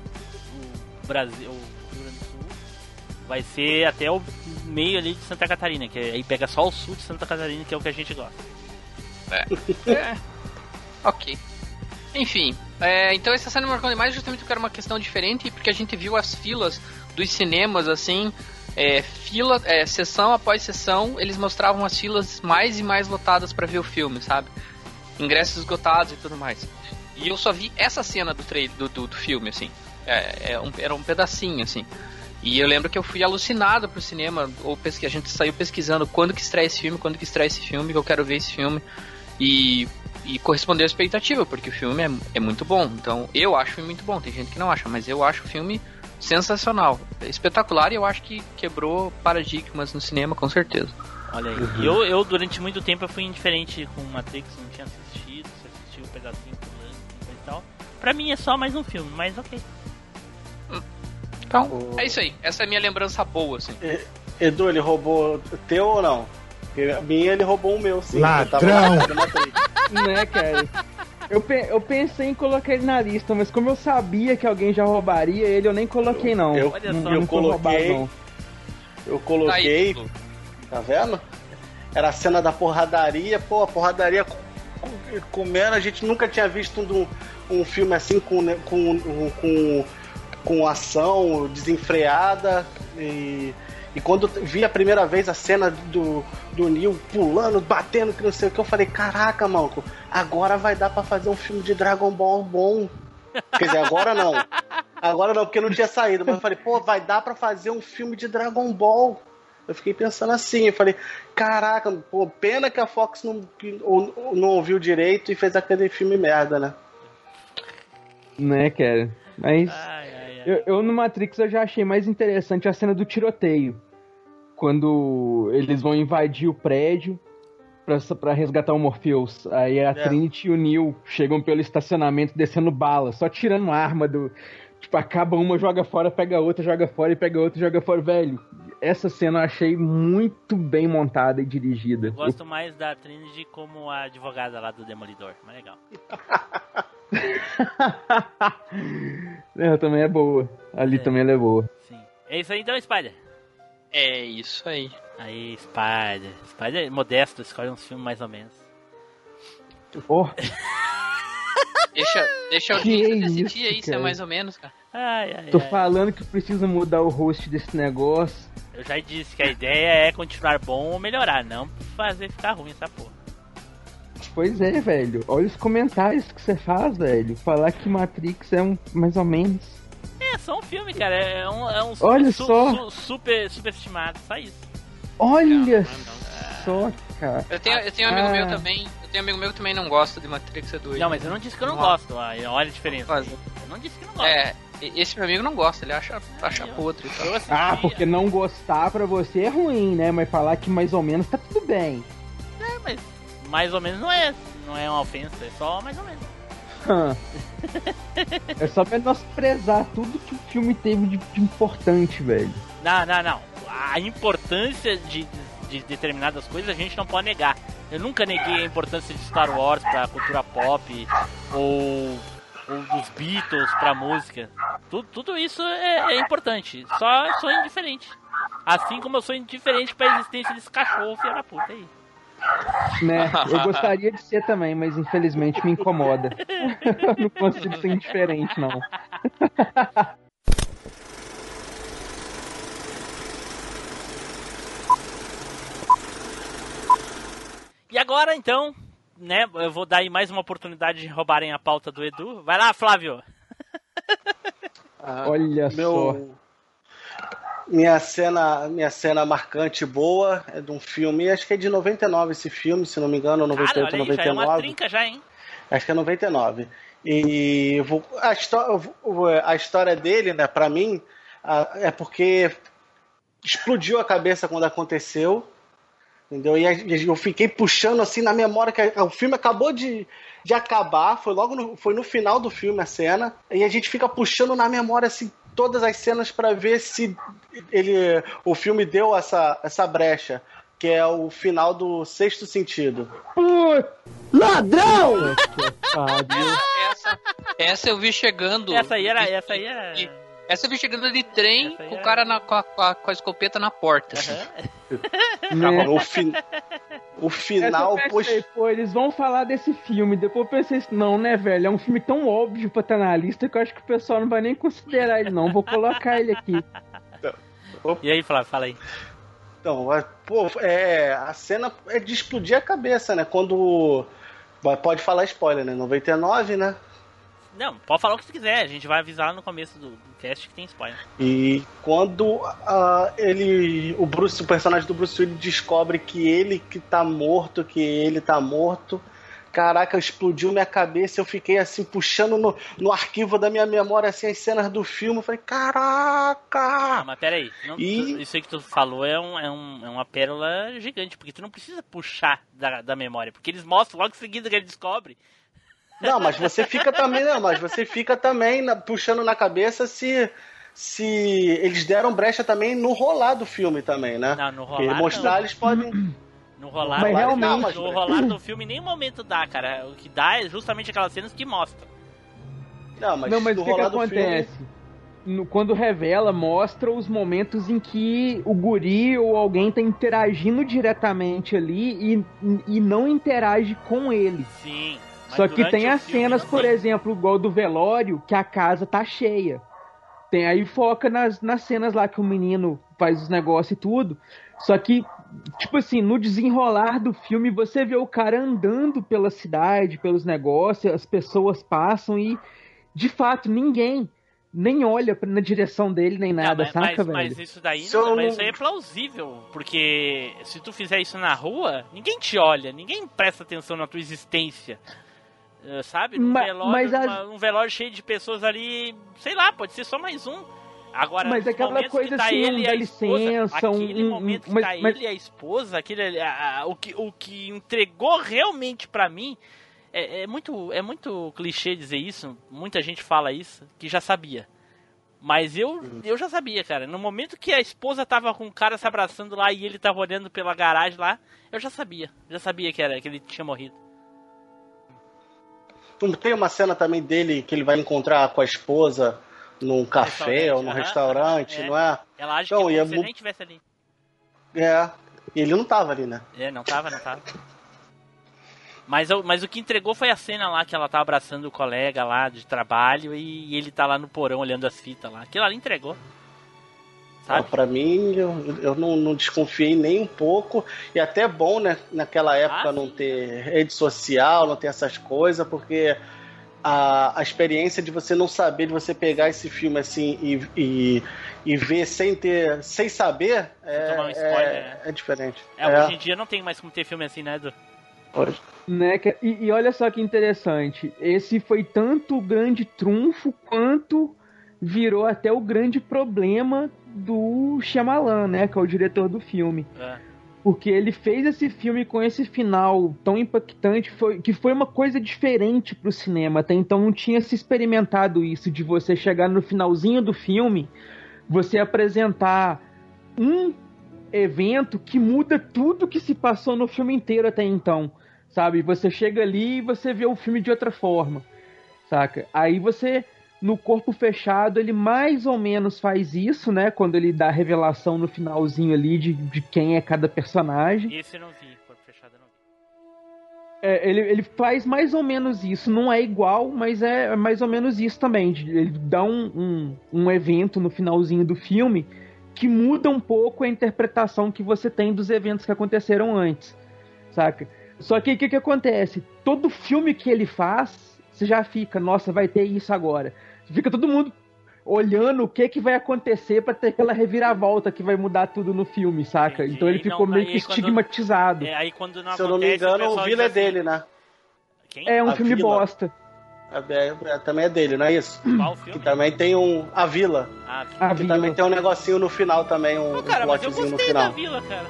O Brasil, o Rio Grande do Sul vai ser até o meio ali de Santa Catarina, que aí pega só o sul de Santa Catarina, que é o que a gente gosta. É. Ok. Enfim, é, então essa cena me marcou demais justamente porque era uma questão diferente e porque a gente viu as filas dos cinemas, assim, é, fila, é, sessão após sessão, eles mostravam as filas mais e mais lotadas pra ver o filme, sabe? Ingressos esgotados e tudo mais. E eu só vi essa cena do trailer, do, do, do filme, assim. É, é um, era um pedacinho, assim. E eu lembro que eu fui alucinado pro cinema, ou pesqui, a gente saiu pesquisando quando que estreia esse filme, quando que estreia esse filme, que eu quero ver esse filme. E, e correspondeu à expectativa, porque o filme é, é muito bom. Então, eu acho o filme muito bom, tem gente que não acha, mas eu acho o filme sensacional, é espetacular, e eu acho que quebrou paradigmas no cinema, com certeza. Olha aí. E eu, eu, durante muito tempo, eu fui indiferente com Matrix, não tinha assistido, se assistiu um pedacinho pulando e coisa e tal. Pra mim é só mais um filme, mas ok. Então, O- é isso aí. Essa é a minha lembrança boa, assim. Edu, ele roubou teu ou não? Porque a minha ele roubou o meu, sim. Ladrão! Eu tava na Matrix. Né, cara? Eu, pe- eu pensei em colocar ele na lista, mas como eu sabia que alguém já roubaria ele, eu nem coloquei, não. Eu- Olha não, só, não eu foi roubado, coloquei- não. Eu coloquei, Tá aí, tá vendo? Era a cena da porradaria, pô, a porradaria com- com- comendo, a gente nunca tinha visto um, um filme assim com, né, com, com, com ação desenfreada e, e quando eu vi a primeira vez a cena do, do Neo pulando, batendo, que não sei o que, eu falei, caraca, manco, agora vai dar pra fazer um filme de Dragon Ball bom. Quer dizer, agora não. Agora não, porque não tinha saído, mas eu falei, pô, vai dar pra fazer um filme de Dragon Ball. Eu fiquei pensando assim, eu falei, caraca, pô, pena que a Fox não, que- ou- ou não ouviu direito e fez aquele filme merda, né? Né, cara? Mas Ai, ai, ai. eu, eu no Matrix eu já achei mais interessante a cena do tiroteio. Quando eles vão invadir o prédio pra, pra resgatar o Morpheus. Aí a É. Trinity e o Neo chegam pelo estacionamento descendo bala, só tirando arma do. Tipo, acaba uma, joga fora, pega outra, joga fora e pega outra, joga fora. Velho, essa cena eu achei muito bem montada e dirigida. Eu gosto mais da Trinity como a advogada lá do Demolidor, mas legal. Ela também é boa. Ali É. também ela é boa. Sim. É isso aí então, Spider. É isso aí. Aí, Spider. Spider é modesto, escolhe uns filmes mais ou menos. Oh, Deixa, deixa o Que Lisa isso, decidir aí se é cara. mais ou menos, cara. Ai, ai, tô ai. falando que precisa mudar o host desse negócio. Eu já disse que a ideia é continuar bom ou melhorar, não fazer ficar ruim essa porra. Pois é, velho. Olha os comentários que você faz, velho. Falar que Matrix é um mais ou menos. É só um filme, cara. É um, é um Olha su- só. su- super, super estimado, só isso. Olha Não, não, só, cara. Eu tenho, eu tenho um amigo Ah. meu também. Eu tenho um amigo meu que também não gosta de Matrix dois. Não, mas eu não disse que eu não Não. gosto. ó, Olha a diferença. Fazer. Eu não disse que não gosto. É, esse meu amigo não gosta, ele acha, acha podre. Tá? Eu assisti- Ah, porque não gostar pra você é ruim, né? Mas falar que mais ou menos tá tudo bem. É, mas mais ou menos não é. Não é uma ofensa, é só mais ou menos. Hã. É só menosprezar tudo que o filme teve de, de importante, velho. Não, não, não. A importância de, de determinadas coisas a gente não pode negar. Eu nunca neguei a importância de Star Wars pra cultura pop ou, ou dos Beatles pra música. Tudo, tudo isso é, é importante. Só sou indiferente. Assim como eu sou indiferente pra existência desse cachorro, filho da puta aí. Né? Eu gostaria de ser também, mas infelizmente me incomoda. Eu não consigo ser indiferente, não. E agora então, né, eu vou dar aí mais uma oportunidade de roubarem a pauta do Edu. Vai lá, Flávio. Ah, Olha meu, minha cena, minha cena marcante boa é de um filme, acho que é de noventa e nove esse filme, se não me engano, noventa e Cara, oito, olha aí, já é uma noventa e nove. trinca já, hein? Acho que é noventa e nove. E vou, a, histó- a história dele, né, pra mim, a- é porque explodiu a cabeça quando aconteceu, entendeu? E a- e eu fiquei puxando assim na memória que a- o filme acabou de, de acabar, foi logo no, foi no final do filme a cena, e a gente fica puxando na memória assim todas as cenas pra ver se ele, o filme deu essa, essa brecha, que é o final do Sexto Sentido. Putz, ladrão! Pariu. Essa, essa eu vi chegando. Essa aí era, de- essa aí era... de- Essa eu vi chegando de trem Essa aí com o é- cara na, com, a, com a- com a escopeta na porta. assim. Né? O, fi, o final, Essa eu poxa. pensei, pô, eles vão falar desse filme. Depois eu pensei assim, não, né, velho? É um filme tão óbvio pra estar na lista que eu acho que o pessoal não vai nem considerar ele, não. Vou colocar ele aqui. E aí, Flávio, fala aí. Então, a- pô, é, a cena é de explodir a cabeça, né? Quando. Pode falar spoiler, né? noventa e nove, né? Não, pode falar o que você quiser, a gente vai avisar lá no começo do, do cast que tem spoiler. E quando ah, ele. O Bruce, o personagem do Bruce Willis descobre que ele que tá morto, que ele tá morto. Caraca, explodiu minha cabeça, eu fiquei assim, puxando no, no arquivo da minha memória assim, as cenas do filme, eu falei, Ah, caraca! mas peraí, não, E- tu- isso aí que tu falou é, um, é, um, é uma pérola gigante, porque tu não precisa puxar da, da memória, porque eles mostram logo em seguida que ele descobre. Não, mas você fica também, não, mas você fica também na- puxando na cabeça se, se eles deram brecha também no rolar do filme também, né? Não, no Porque rolar mostrar não. eles podem. No rolar, Mas no- realmente- no rolar do filme em nenhum momento dá, cara. O que dá é justamente aquelas cenas que mostram. Não, mas, Não, mas no o que, que rolar do acontece? filme. No- quando revela, mostra os momentos em que o guri ou alguém tá interagindo diretamente ali e, e não interage com ele. Sim. mas Só que durante tem o as filme cenas, não por tem. exemplo, igual do velório, que a casa tá cheia. Tem aí foca nas, nas cenas lá que o menino faz os negócios e tudo. Só que, tipo assim, no desenrolar do filme, você vê o cara andando pela cidade, pelos negócios, as pessoas passam e, de fato, ninguém nem olha na direção dele, nem Não, nada, mas, saca, mas, velho? mas isso daí Se não, eu mas não- isso aí é plausível, porque se tu fizer isso na rua, ninguém te olha, ninguém presta atenção na tua existência. Eh, Sabe? Num, Ma- velório, mas as- numa- num velório cheio de pessoas ali, sei lá, pode ser só mais um. Agora, Mas nos aquela momentos coisa que tá assim, ele um e dá a esposa, licença, um- aquele um- momento que mas- tá mas- ele e a esposa, aquele, a- a- o, que, o que entregou realmente pra mim, é, é muito, é muito clichê dizer isso, muita gente fala isso, que já sabia. Mas eu, eu já sabia, cara. No momento que a esposa tava com o cara se abraçando lá e ele tava olhando pela garagem lá, eu já sabia. Já sabia que, era, que ele tinha morrido. Não tem uma cena também dele que ele vai encontrar com a esposa num café ou num aham, restaurante, é. não é? Ela age Então, que e é como se mu- nem tivesse ali. É, e ele não tava ali, né? É, não tava, não tava. Mas, o- mas o que entregou foi a cena lá que ela tá abraçando o colega lá de trabalho e, e ele tá lá no porão olhando as fitas lá. Aquilo ali entregou. Ah, Sabe? pra mim, eu, eu não, não desconfiei nem um pouco. E até é bom, né, naquela época Ah, não sim. ter rede social, não ter essas coisas, porque a, a experiência de você não saber, de você pegar esse filme assim e, e, e ver sem ter, sem saber, é, tomar um spoiler, é, né? é diferente. É, hoje em dia não tem mais como ter filme assim, né, Edu? Hoje. Né? que- E, e olha só que interessante. Esse foi tanto o grande trunfo quanto virou até o grande problema do Shyamalan, né? Que é o diretor do filme. É. Porque ele fez esse filme com esse final tão impactante, foi, que foi uma coisa diferente pro cinema. Até então não tinha se experimentado isso, de você chegar no finalzinho do filme, você apresentar um evento que muda tudo que se passou no filme inteiro até então, sabe? Você chega ali e você vê o filme de outra forma, saca? Aí você, no Corpo Fechado, ele mais ou menos faz isso, né? Quando ele dá a revelação no finalzinho ali de, de quem é cada personagem. Esse eu não vi, Corpo Fechado eu não vi. É, ele, ele faz mais ou menos isso. Não é igual, mas é mais ou menos isso também. de- Ele dá um, um, um evento no finalzinho do filme que muda um pouco a interpretação que você tem dos eventos que aconteceram antes, saca? Só que o que, que acontece? Todo filme que ele faz, você já fica, nossa, vai ter isso agora. Fica todo mundo olhando o que, que vai acontecer pra ter aquela reviravolta que vai mudar tudo no filme, saca? Entendi. Então ele Aí ficou não- meio aí que quando- estigmatizado. É, aí quando não Se eu não me acontece, engano, o pessoal Vila é diz assim, dele, né? Quem? É um A filme Vila. bosta. É, é, também é dele, não é isso? Qual Que filme? também tem um. A Vila. Ah, vi. A Que Vila. também tem um negocinho no final também, um, Pô, cara, um mas eu plotzinho no gostei da final. Vila, cara.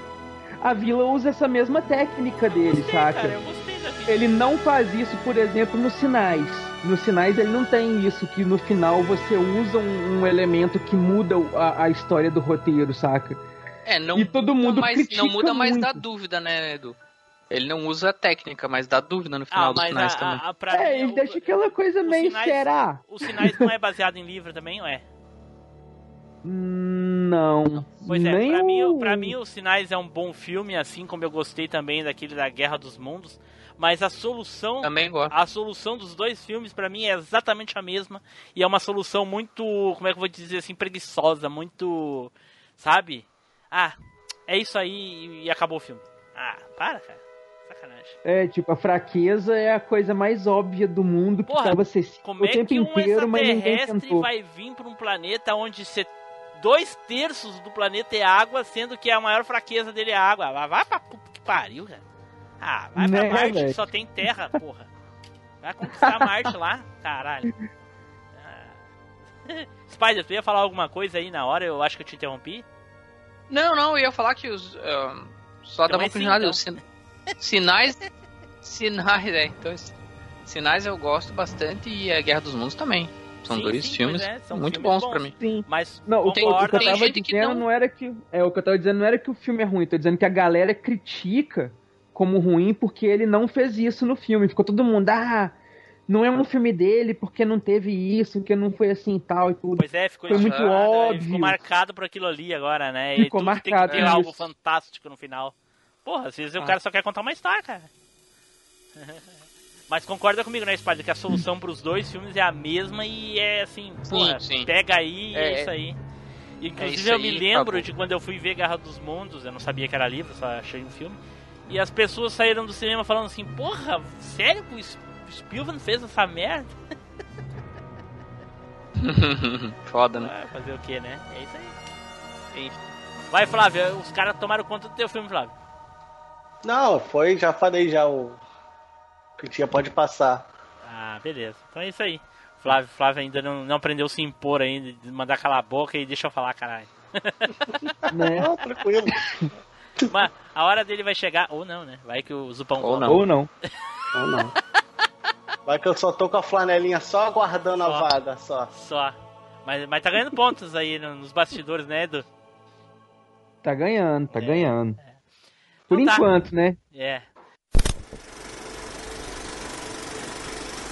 A Vila usa essa mesma técnica Eu dele, gostei, saca? cara, eu gostei da Vila. Ele não faz isso, por exemplo, nos sinais. Nos sinais ele não tem isso, que no final você usa um, um elemento que muda a, a história do roteiro, saca? É, não E todo muda mundo mais, critica não muda mais muito. da dúvida, né, Edu? Ele não usa a técnica, mas dá dúvida no final Ah, dos mas finais a, também. a, a, pra É, mim, ele o- deixa aquela coisa os meio sinais- será? Os Sinais não é baseado em livro também, ou é? Não. Pois é, Nem pra mim, o- pra mim Os Sinais é um bom filme, assim como eu gostei também daquele da Guerra dos Mundos, mas a solução Também gosto. a solução dos dois filmes pra mim é exatamente a mesma e é uma solução muito, como é que eu vou dizer assim, preguiçosa, muito, sabe? Ah, é isso aí e acabou o filme. Ah, para, cara. Sacanagem. É, tipo, a fraqueza é a coisa mais óbvia do mundo que Porra, tava acessível Como o é tempo que um inteiro, mas ninguém extraterrestre tentou. vai vir pra um planeta onde se- dois terços do planeta é água, sendo que a maior fraqueza dele é água? Vai, vai pra puta que pariu, cara. Ah, vai Né, pra Marte, velho? que só tem terra, porra. Vai conquistar Marte lá, caralho. Ah. Spider, tu ia falar alguma coisa aí na hora? Eu acho que eu te interrompi. Não, não, eu ia falar que os. ah, só Então dava é uma sim, continuidade. então. Os sin- Sinais. Sinais, é. Então, es- sinais eu gosto bastante e a Guerra dos Mundos também. São Sim, dois sim, filmes pois é, são muito filmes bons, bons. pra mim. Sim. Mas Não, o que, o que eu concordo. Tem tava gente que dizendo não- não... era que. É, o que eu tava dizendo não era que o filme é ruim, tô dizendo que a galera critica como ruim porque ele não fez isso no filme. Ficou todo mundo, ah, não é um filme dele porque não teve isso, porque não foi assim e tal e tudo. Pois é, ficou Foi muito edificado, né? óbvio. Ficou marcado por aquilo ali agora, né? Ficou e tudo marcado, tem que ter isso. algo fantástico no final. Porra, às vezes o Ah. cara só quer contar uma história, cara. Mas concorda comigo, né, Spider, que a solução pros dois filmes é a mesma e é assim, porra, sim. pega aí e é, É, isso aí. E, inclusive isso eu aí, me lembro acabou. de quando eu fui ver Guerra dos Mundos, eu não sabia que era livro, só achei um filme. E as pessoas saíram do cinema falando assim, porra, sério que o Sp- Spielberg fez essa merda? Foda, né? Ah, fazer o que, né? É isso aí. Vai, Flávio, os caras tomaram conta do teu filme, Flávio. Não, foi, já falei já o que tinha, pode passar. Ah, beleza. Então é isso aí. Flávio, Flávio ainda não, não aprendeu a se impor ainda, de mandar calar a boca e deixa eu falar, caralho. Né? Não, tranquilo. Mas a hora dele vai chegar, ou não, né? Vai que o Zupão Ou volta. não. Ou não. Não, não. Vai que eu só tô com a flanelinha só aguardando Só. a vaga, só. Só. Mas, mas tá ganhando pontos aí no- nos bastidores, né, Edu? Tá ganhando, tá É, ganhando. Por Então tá. enquanto, né? É.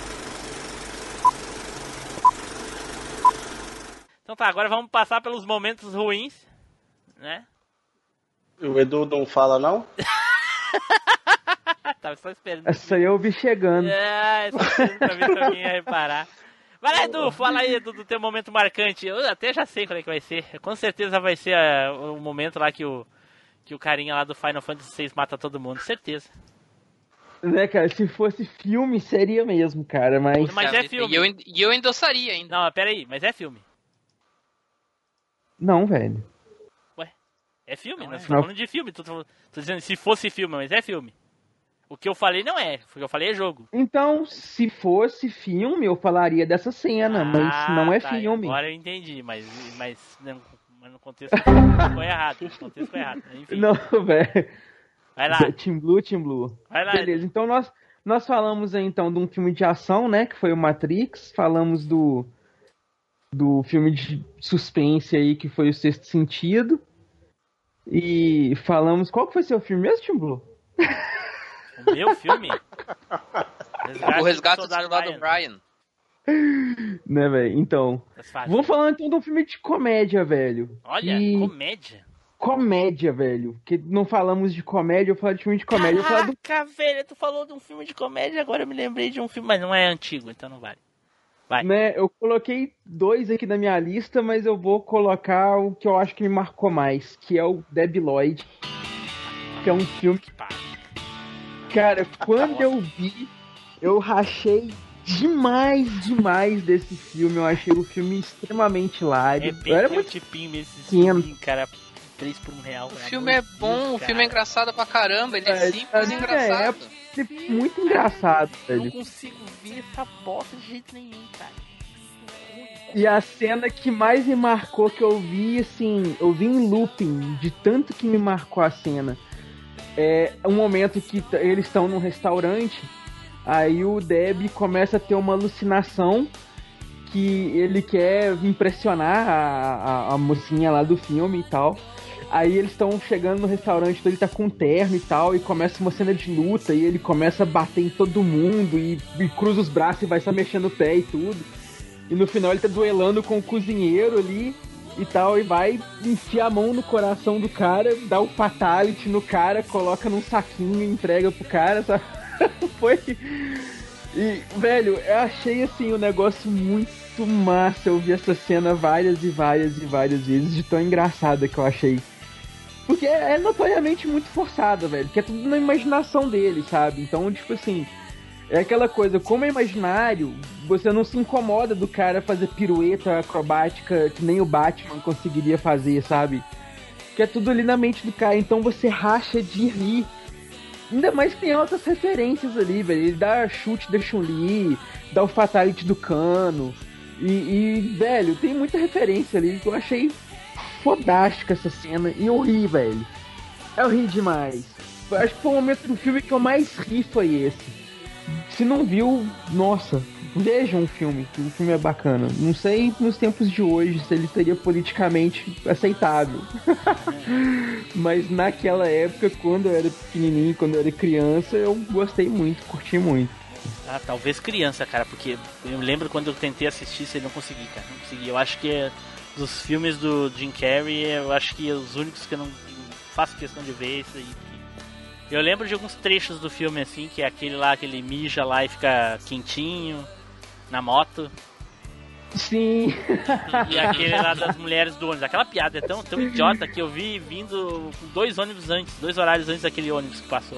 Então tá, agora vamos passar pelos momentos ruins, né? O Edu não fala, não? Tava só esperando. Essa aí eu vi chegando. É, só esperando pra ver se alguém ia reparar. Vai lá, Edu, fala aí do, do teu momento marcante. Eu até já sei qual é que vai ser. Com certeza vai ser uh, o momento lá que o, que o carinha lá do Final Fantasy seis mata todo mundo, certeza. Né, cara, se fosse filme, seria mesmo, cara, mas... Mas é filme. E eu, e eu endossaria ainda. Não, pera aí, mas é filme. Não, velho. Ué, é filme, Não nós é. estamos falando de filme. Tô, tô, tô dizendo se fosse filme, mas é filme. O que eu falei não é, o que eu falei é jogo. Então, se fosse filme, eu falaria dessa cena, mas Ah, não é tá, filme. Agora eu entendi, mas, mas, não, mas no contexto ficou errado. No contexto ficou errado. Enfim, Não, velho. vai lá, Team Blue, Team Blue. vai lá. Beleza, então nós, nós falamos aí, então de um filme de ação, né, que foi o Matrix, falamos do do filme de suspense aí, que foi o Sexto Sentido, e falamos... Qual que foi seu filme mesmo, Team Blue? O meu filme? O Resgate do Soldado Ryan. Né, velho? Então, Das fases. vamos falar então de um filme de comédia, velho. Olha, Que- comédia. Comédia, velho. Que não falamos de comédia, eu falo de filme de comédia. Eu falo do... Caraca, velho, tu falou de um filme de comédia, agora eu me lembrei de um filme, mas não é antigo, então não vale. Vai. Né, eu coloquei dois aqui na minha lista, mas eu vou colocar o que eu acho que me marcou mais, que é o Debi Lloyd. Que é um filme Que pá. Cara, quando eu vi, eu rachei demais, demais desse filme. Eu achei o filme extremamente hilário. É Eu era bem muito o tipinho esse pequeno. filme, cara. três por um real. O filme é bom, o filme é engraçado pra caramba, ele é, É, simples e é, engraçado. é muito engraçado, Eu não velho. consigo ver essa bosta de jeito nenhum, cara. E a cena que mais me marcou, que eu vi, assim, eu vi em looping, de tanto que me marcou a cena. É um momento que t- eles estão num restaurante, aí o Deb começa a ter uma alucinação que ele quer impressionar a, a, a mocinha lá do filme e tal. Aí eles estão chegando no restaurante, então ele tá com um terno e tal, e começa uma cena de luta, e ele começa a bater em todo mundo, e, e cruza os braços e vai só mexendo o pé e tudo. E no final ele tá duelando com o cozinheiro ali e tal, e vai enfiar a mão no coração do cara, dá o fatality no cara, coloca num saquinho e entrega pro cara, sabe? Foi... E, velho, eu achei, assim, um negócio muito massa. Eu vi essa cena várias e várias e várias vezes, de tão engraçada que eu achei. Porque é notoriamente muito forçada, velho, que é tudo na imaginação dele, sabe? Então, tipo assim... É aquela coisa, como é imaginário, você não se incomoda do cara fazer pirueta acrobática que nem o Batman conseguiria fazer, sabe? Que é tudo ali na mente do cara, então você racha de rir. Ainda mais que tem altas referências ali, velho. Ele dá chute da Chun-Li, dá o fatality do Cano. E, e, velho, tem muita referência ali que eu achei fodástica essa cena. E eu ri, velho. Eu ri demais. Eu acho que foi o momento do filme que eu mais ri foi esse. Se não viu, nossa, vejam o filme, que o filme é bacana. Não sei nos tempos de hoje se ele seria politicamente aceitável. Mas naquela época, quando eu era pequenininho, quando eu era criança, eu gostei muito, curti muito. Ah, talvez criança, cara, porque eu lembro quando eu tentei assistir, você não consegui, cara, não consegui. Eu acho que é, dos filmes do Jim Carrey, eu acho que é os únicos que eu não faço questão de ver isso aí. Eu lembro de alguns trechos do filme, assim, que é aquele lá, aquele mija lá e fica quentinho, na moto. Sim. E aquele lá das mulheres do ônibus. Aquela piada é tão, tão idiota que eu vi vindo dois ônibus antes, dois horários antes daquele ônibus que passou.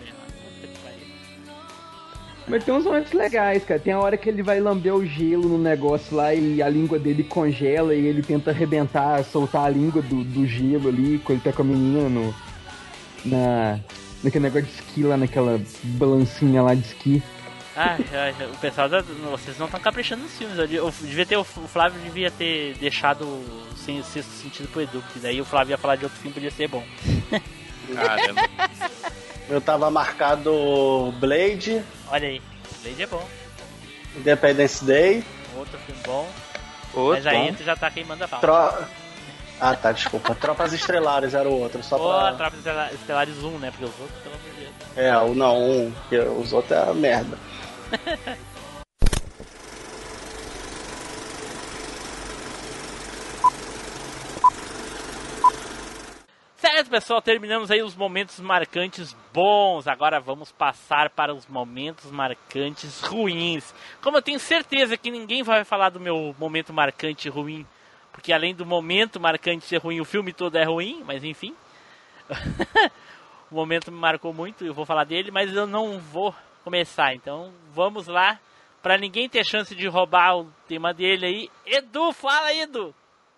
Mas tem uns momentos legais, cara. Tem a hora que ele vai lamber o gelo no negócio lá e a língua dele congela e ele tenta arrebentar, soltar a língua do, do gelo ali, quando ele tá com a menina no... Na... naquele negócio de esqui lá, naquela balancinha lá de esqui. Ah, o pessoal, da, vocês não estão caprichando nos filmes. Eu, eu devia ter, o Flávio devia ter deixado sem o sexto sentido pro Edu, porque daí o Flávio ia falar de outro filme, podia ser bom. Caramba. Eu tava marcado Blade, Olha aí, Blade é bom. Independence Day, Outro filme bom. Outro Mas já bom. entra e já tá queimando a pau. Tro... Ah, tá, desculpa. Tropas Estelares era o outro, só Ou pra... a Tropa Estela- Estelares um, né? Porque os outros, pelo amor de Deus. É, o não, um, que os outros é a merda. pessoal, terminamos aí os momentos marcantes bons. Agora vamos passar para os momentos marcantes ruins. Como eu tenho certeza que ninguém vai falar do meu momento marcante ruim, porque além do momento marcante ser ruim, o filme todo é ruim, mas enfim. O momento me marcou muito, eu vou falar dele, mas eu não vou começar. Então vamos lá, para ninguém ter chance de roubar o tema dele aí. Edu, fala aí, Edu!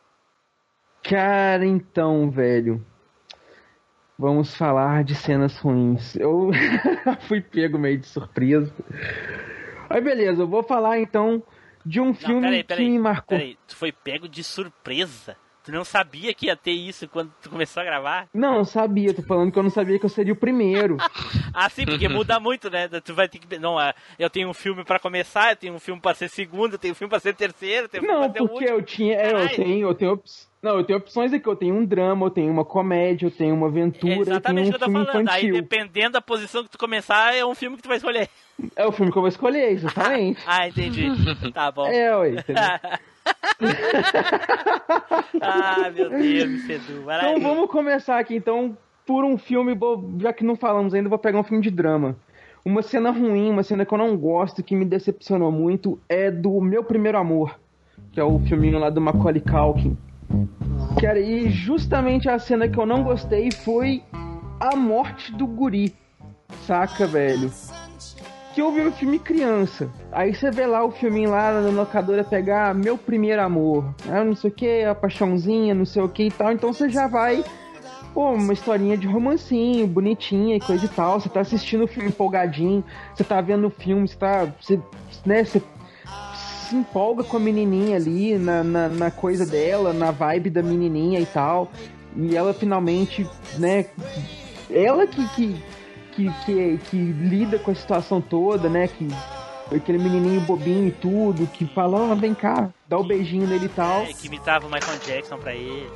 Cara, então, velho, vamos falar de cenas ruins. Eu fui pego meio de surpresa. Aí beleza, eu vou falar então de um Não, filme peraí, peraí, que me marcou. Peraí, tu foi pego de surpresa? Tu não sabia que ia ter isso quando tu começou a gravar? Não, eu sabia, tô falando que eu não sabia que eu seria o primeiro. Ah, sim, porque muda muito, né? Tu vai ter que... Não, eu tenho um filme pra começar, eu tenho um filme pra ser segundo, eu tenho um filme pra ser terceiro, eu tenho um Não, filme pra ser o porque último. eu tinha, é, eu tenho, eu tenho opções. Não, eu tenho opções aqui, eu tenho um drama, eu tenho uma comédia, eu tenho uma aventura, É exatamente eu o que eu tenho um tô filme falando. infantil. Aí, dependendo da posição que tu começar, é um filme que tu vai escolher. É o filme que eu vou escolher, exatamente. Ah, entendi. Tá bom. É, ué, entendeu? Ah, meu Deus, Edu. Então vamos começar aqui, então, por um filme, bo- já que não falamos ainda, vou pegar um filme de drama. Uma cena ruim, uma cena que eu não gosto, que me decepcionou muito, é do Meu Primeiro Amor, que é o filminho lá do Macaulay Culkin. Cara, e justamente a cena que eu não gostei foi a morte do guri, saca, velho? Que eu vi o filme criança. Aí você vê lá o filminho lá na locadora pegar Meu Primeiro Amor, ah, não sei o que, a paixãozinha, não sei o que e tal. Então você já vai, pô, uma historinha de romancinho, bonitinha e coisa e tal. Você tá assistindo o filme empolgadinho, você tá vendo o filme, você tá, você, né, você se empolga com a menininha ali, na, na, na coisa dela, na vibe da menininha e tal. E ela finalmente, né, ela que... que Que, que, que lida com a situação toda, né? Que aquele menininho bobinho e tudo, que fala, ó, oh, vem cá, dá o um beijinho nele e tal. É, que imitava o Michael Jackson pra ele.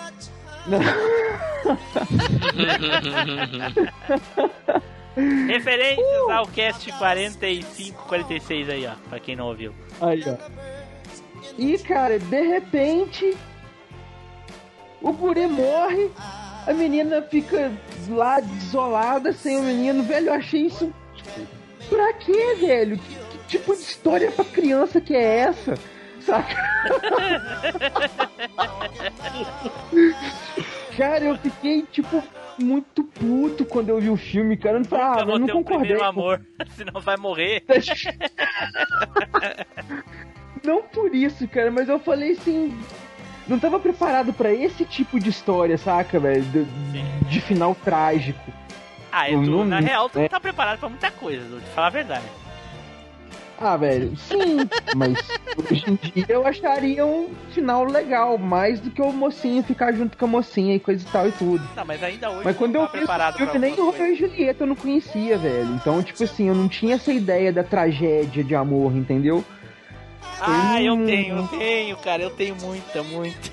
Referências ao cast quarenta e cinco, quarenta e seis aí, ó, pra quem não ouviu. Aí, ó. E, cara, de repente, o guri morre, a menina fica lá desolada sem o menino. Velho, eu achei isso... Pra quê, velho? Que, que tipo de história pra criança que é essa? Saca? Cara, eu fiquei, tipo, muito puto quando eu vi o filme, cara. Eu não, ah, eu não ter um concordei. Primeiro amor, senão vai morrer. Não por isso, cara, mas eu falei assim... Não tava preparado pra esse tipo de história, saca, velho? De, de final trágico. Ah, Edu, não, na não, real, tu é. não tá preparado pra muita coisa, Edu, de falar a verdade. Ah, velho, sim, mas hoje em dia eu acharia um final legal, mais do que o mocinho ficar junto com a mocinha e coisa e tal e tudo. Não, mas ainda hoje Mas quando não eu tá vi esse preparado filme, pra nem o algumas Romeu e Julieta eu não conhecia, velho. Então, tipo assim, eu não tinha essa ideia da tragédia de amor, entendeu? Ah, eu Hum. tenho, eu tenho, cara, eu tenho muita, muita.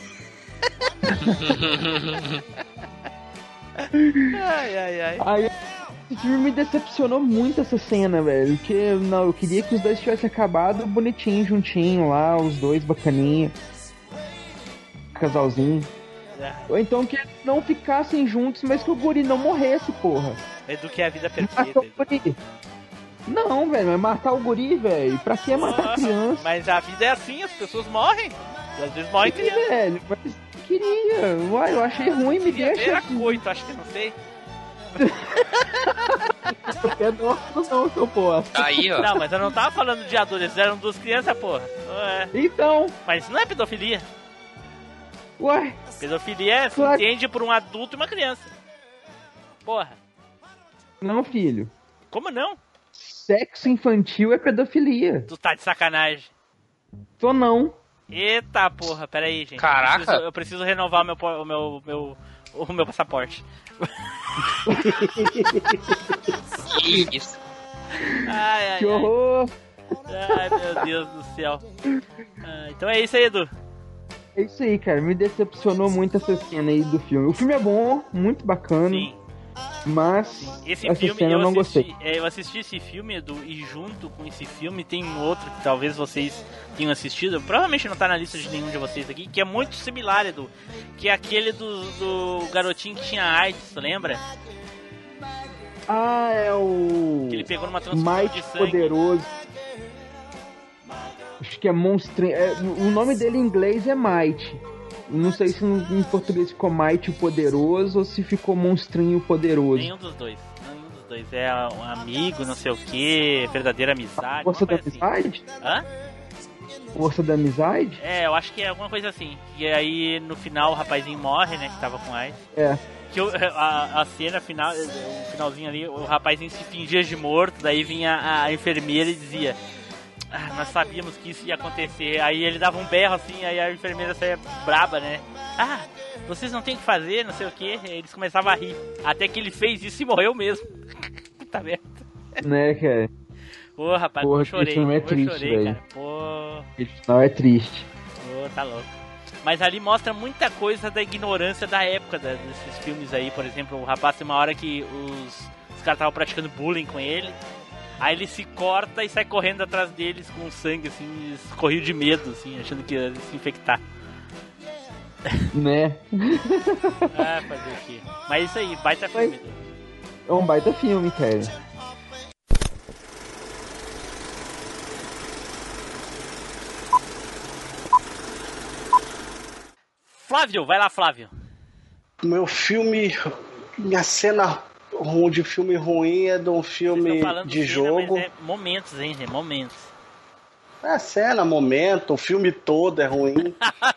Ai, ai, ai. Aí, esse filme me decepcionou muito essa cena, velho. Porque não, eu queria que os dois tivessem acabado bonitinho, juntinho lá, os dois bacaninha. Casalzinho. Ou então que eles não ficassem juntos, mas que o guri não morresse, porra. Edu que é a vida Matar perfeita. o guri. Não, velho, mas matar o guri, velho. Pra que matar a criança? Mas a vida é assim, as pessoas morrem. E às vezes morrem crianças. Velho, mas eu queria. Uai, eu achei ruim, me Queria ver deixa. a coito, acho que não sei. É nosso, não, seu bosta. Aí, ó. Não, mas eu não tava falando de adolescentes, eram duas crianças, porra. É. Então, Mas isso não é pedofilia. uai, Pedofilia se Claro. entende por um adulto e uma criança. Porra. não, filho. Como não? Sexo infantil é pedofilia. Tu tá de sacanagem. Tô não. Eita porra, pera aí, gente. Caraca. Eu preciso, eu preciso renovar o meu, po- o meu, meu, o meu passaporte. Que isso. Ai, ai, Que ai. horror. Ai, meu Deus do céu. Ah, então é isso aí, Edu. É isso aí, cara. Me decepcionou muito essa cena aí do filme. O filme é bom, muito bacana. Sim. Mas Esse essa filme cena eu eu não assisti, gostei. é, eu assisti esse filme, Edu, e junto com esse filme tem um outro que talvez vocês tenham assistido, provavelmente não tá na lista de nenhum de vocês aqui, que é muito similar, Edu, que é aquele do, do garotinho que tinha AIDS, lembra? Ah, é o... Que ele pegou numa transfusão mais de sangue. poderoso. Acho que é Monstrinho. É, o nome dele em inglês é Might. Não sei se em português ficou Might o Poderoso ou se ficou Monstrinho Poderoso. Nenhum dos dois. Nenhum dos dois. É um amigo, não sei o que, verdadeira amizade. Força da Assim. Amizade? Hã? Força da Amizade? É, eu acho que é alguma coisa assim. E aí no final o rapazinho morre, né? Que tava com AIDS. É. Que eu, a, a cena final, o finalzinho ali, o rapazinho se fingia de morto, daí vinha a, a enfermeira e dizia: ah, nós sabíamos que isso ia acontecer. Aí ele dava um berro assim, aí a enfermeira saía braba, né? Ah, vocês não tem o que fazer, não sei o que. Eles começavam a rir. Até que ele fez isso e morreu mesmo. Puta merda. Né, cara? Pô, rapaz, Porra, eu chorei. esse filme é eu triste, chorei, velho. cara. Pô. Esse final é triste. Pô, tá louco. Mas ali mostra muita coisa da ignorância da época da, desses filmes aí. Por exemplo, o rapaz tem uma hora que os, os caras estavam praticando bullying com ele. Aí ele se corta e sai correndo atrás deles com sangue, assim, escorrido de medo, assim, achando que ia se infectar. Né? Ah, fazer o quê? Mas isso aí, baita filme. É um baita filme, cara. Flávio, vai lá, Flávio. Meu filme, minha cena ruim de filme ruim é de um filme de cena, jogo. Mas é momentos, hein, gente? Momentos. É cena, momento, o filme todo é ruim.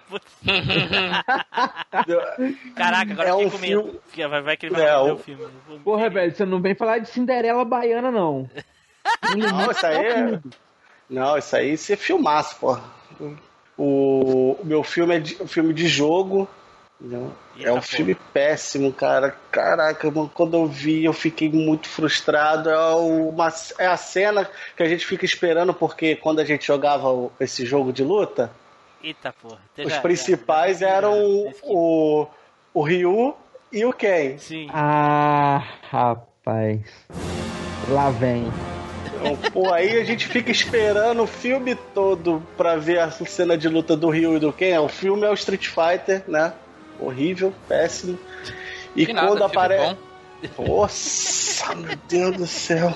Caraca, agora é fiquei um com medo. filme... Vai, vai que ele vai é, fazer o... o filme. Porra, velho, você não vem falar de Cinderela Baiana, não. Não, isso aí é... Não, isso aí você é filmaço, porra. O, o meu filme é de, um filme de jogo. Não. É um porra. filme péssimo, cara. Caraca, mano, quando eu vi, eu fiquei muito frustrado. É, uma, é a cena que a gente fica esperando, porque quando a gente jogava o, esse jogo de luta, Eita, porra. os já, principais já, já, eram já, o, o Ryu e o Ken. Sim. Ah, rapaz. Lá vem. Então, pô, aí a gente fica esperando o filme todo pra ver a cena de luta do Ryu e do Ken. O filme é o Street Fighter, né? Horrível, péssimo. E que quando nada, aparece. Nossa, meu Deus do céu.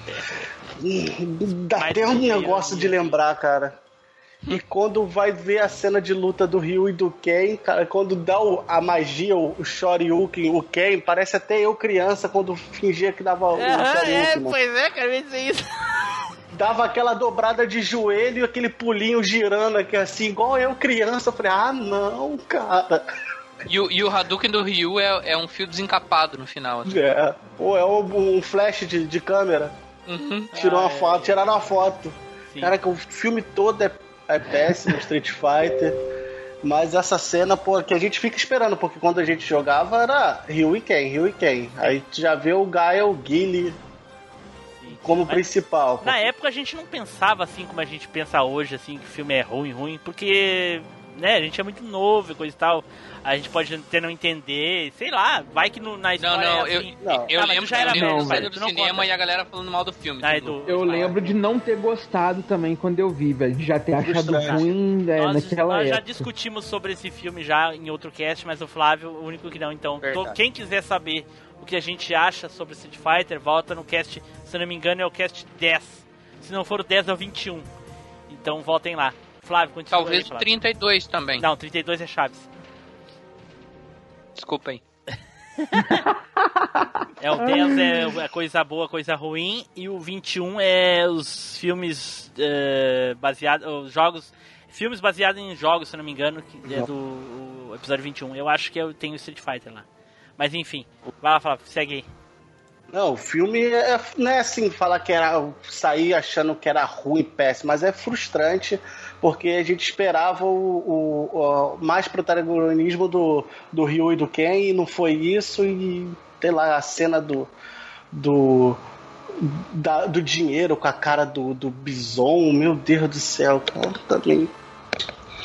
Dá Mas até um negócio eu... de lembrar, cara. E quando vai ver a cena de luta do Ryu e do Ken, cara, quando dá o, a magia, o, o Shoryuken, o Ken, parece até eu criança quando fingia que dava o Uhum, Shoryuken. é, mano. pois é, cara, eu ia dizer isso. Dava aquela dobrada de joelho e aquele pulinho girando aqui assim, igual eu criança. Eu falei, ah, não, cara. E o, e o Hadouken do Ryu é, é um fio desencapado no final. Assim. É, pô, é um, um flash de, de câmera. Uhum. Tirou ah, uma é. foto, tiraram uma foto. Sim. Cara, que o filme todo é, é péssimo, Street Fighter. Mas essa cena, pô, que a gente fica esperando, porque quando a gente jogava era Ryu e Ken, Ryu e Ken. Aí tu já vê o Gael Guile como Mas, principal. Porque... Na época a gente não pensava assim como a gente pensa hoje, assim, que o filme é ruim, ruim, porque, né, a gente é muito novo e coisa e tal. A gente pode até não entender, sei lá, vai que no, na história Não, não, é assim. eu, Não. eu Ah, mas lembro já era eu lembro não, de saída velho. do Não cinema conta. e a galera falando mal do filme. Ah, tudo. Edu, Eu fala. lembro de não ter gostado também quando eu vi, velho. De já ter achado Frustrante. ruim é, Nós, naquela nós já época. discutimos sobre esse filme já em outro cast, mas o Flávio, o único que não. Então, Verdade. to- quem quiser saber o que a gente acha sobre Street Fighter, volta no cast, se não me engano, é o cast dez. Se não for o dez, é o vinte e um. Então, voltem lá. Flávio, continua Talvez aí, Flávio. trinta e dois também. Não, trinta e dois é Chaves. Desculpa aí. É, o dez é coisa boa, coisa ruim, e o vinte e um é os filmes eh, baseados, os jogos, filmes baseados em jogos, se não me engano, que é do o episódio vinte e um. Eu acho que eu tenho Street Fighter lá. Mas enfim, vai lá, Flávio, segue aí. Não, o filme é, não é assim, falar que era sair achando que era ruim, péssimo, mas é frustrante porque a gente esperava o, o, o mais protagonismo do, do Ryu e do Ken e não foi isso, e sei lá, a cena do do, da, do dinheiro com a cara do, do Bison, meu Deus do céu, cara, também.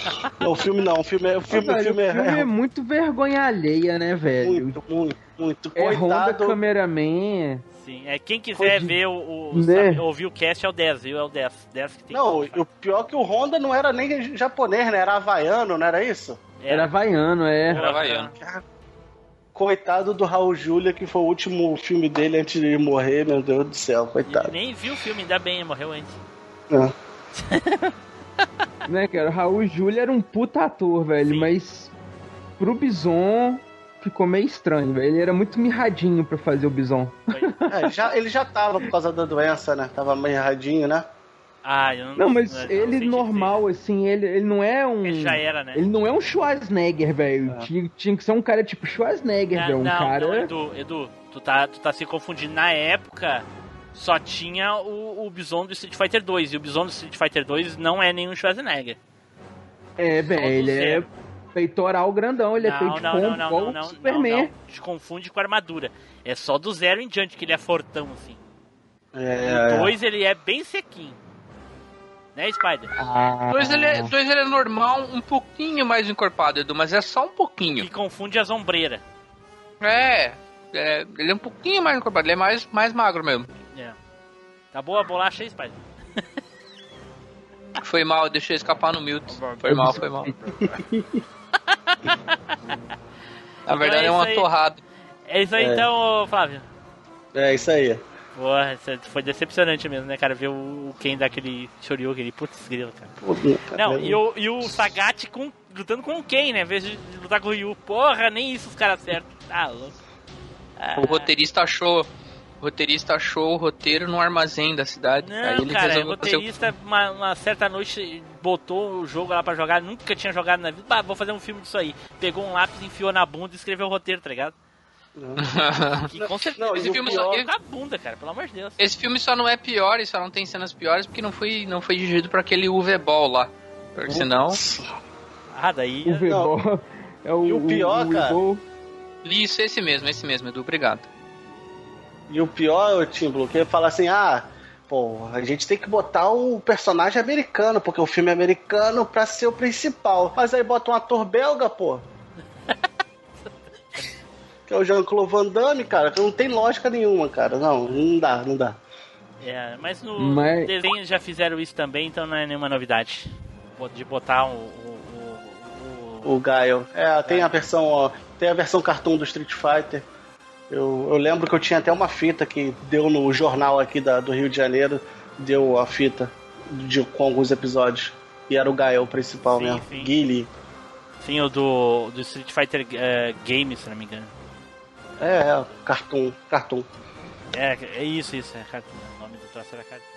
Não, o filme não, o filme é. O filme, Velho, o filme, o filme é, é, muito vergonha alheia, né, velho? muito, muito, muito. É Honda Coitado. Cameraman. Sim, é, quem quiser Pode- ver o, o, Né? sabe, ouvir o cast é o dez, viu? É o dez. dez que tem Não, que o pior é que o Honda não era nem japonês, né? Era havaiano, não era isso? Era havaiano, é. Era havaiano. Coitado do Raul Julia, que foi o último filme dele antes de morrer, meu Deus do céu, Ele coitado. nem viu o filme, ainda bem, morreu antes. É. Né, cara? O Raul Julia era um puta ator, velho, Sim. mas pro Bison ficou meio estranho, velho. Ele era muito mirradinho pra fazer o Bison. Foi. É, já, ele já tava por causa da doença, né? Tava meio erradinho, né? Ah, eu não Não, mas não ele sei normal, assim, ele, ele não é um. dizer. Ele já era, né? Ele não é um Schwarzenegger, velho. É. Tinha, tinha que ser um cara tipo Schwarzenegger, Não, velho. Um não, cara. não, Edu, Edu, tu tá, tu tá se confundindo. Na época, só tinha o, o Bison do Street Fighter dois. E o Bison do Street Fighter dois não é nenhum Schwarzenegger. É, velho, Só do ele zero. é peitoral grandão, ele é não, peito não, pombo, não, não, igual não, o não, Superman. não, não. Te confunde com a armadura. É só do zero em diante que ele é fortão, assim. É, O dois, ele é bem sequinho. Né, Spider? Ah, Dois ele, é, dois ele é normal, um pouquinho mais encorpado, Edu, mas é só um pouquinho. Que confunde as ombreiras. É, é, ele é um pouquinho mais encorpado, ele é mais, mais magro mesmo. É. Tá boa a bolacha aí, Spider? Foi mal, deixei escapar no mute. Foi mal, foi mal. Na verdade é Então é uma isso aí. torrada. É isso aí É. então, ô, Flávio. é isso aí. Porra, isso foi decepcionante mesmo, né, cara? Ver o Ken daquele Shoryuken ali, putz grilo, cara. Pô, Não, e o, e o Sagat com, lutando com o Ken, né? Em vez de lutar com o Ryu. Porra, nem isso os caras acertam. Tá louco. Ah, O roteirista achou. O roteirista achou o roteiro no armazém da cidade. Aí Não, ele cara, o resolveu fazer o- roteirista, uma, uma certa noite, botou o jogo lá pra jogar, nunca tinha jogado na vida. Bah, vou fazer um filme disso aí. Pegou um lápis, enfiou na bunda e escreveu o roteiro, tá ligado? Que com certeza. Não, Esse e o filme pior- só- Com a bunda, cara, pelo amor de Deus. Esse filme só não é pior e só não tem cenas piores porque não foi, não foi dirigido pra aquele U V Ball lá. Porque senão. Ah, daí. o V-Ball é o. E o pior, o, cara? V-Ball. Isso, esse mesmo, esse mesmo, Edu, obrigado. E o pior, Tim Blue, que ele fala assim, ah, pô, a gente tem que botar o personagem americano, porque o filme é americano pra ser o principal. Mas aí bota um ator belga, pô. Que é o Jean-Claude Van Damme, cara, que não tem lógica nenhuma, cara. Não, não dá, não dá. É, mas no Mas- desenho já fizeram isso também, então não é nenhuma novidade. De botar o. o, o, o- O Gaio. É, tem a versão, ó, tem a versão cartoon do Street Fighter. Eu, eu lembro que eu tinha até uma fita que deu no jornal aqui da, do Rio de Janeiro, deu a fita de, com alguns episódios. E era o Gaio o principal Sim, mesmo. sim. Guile. Sim, o do, do Street Fighter eh, Games, se não me engano. É, é, cartoon, cartoon. É, é isso, isso, é cartoon. O nome do troço era cartoon.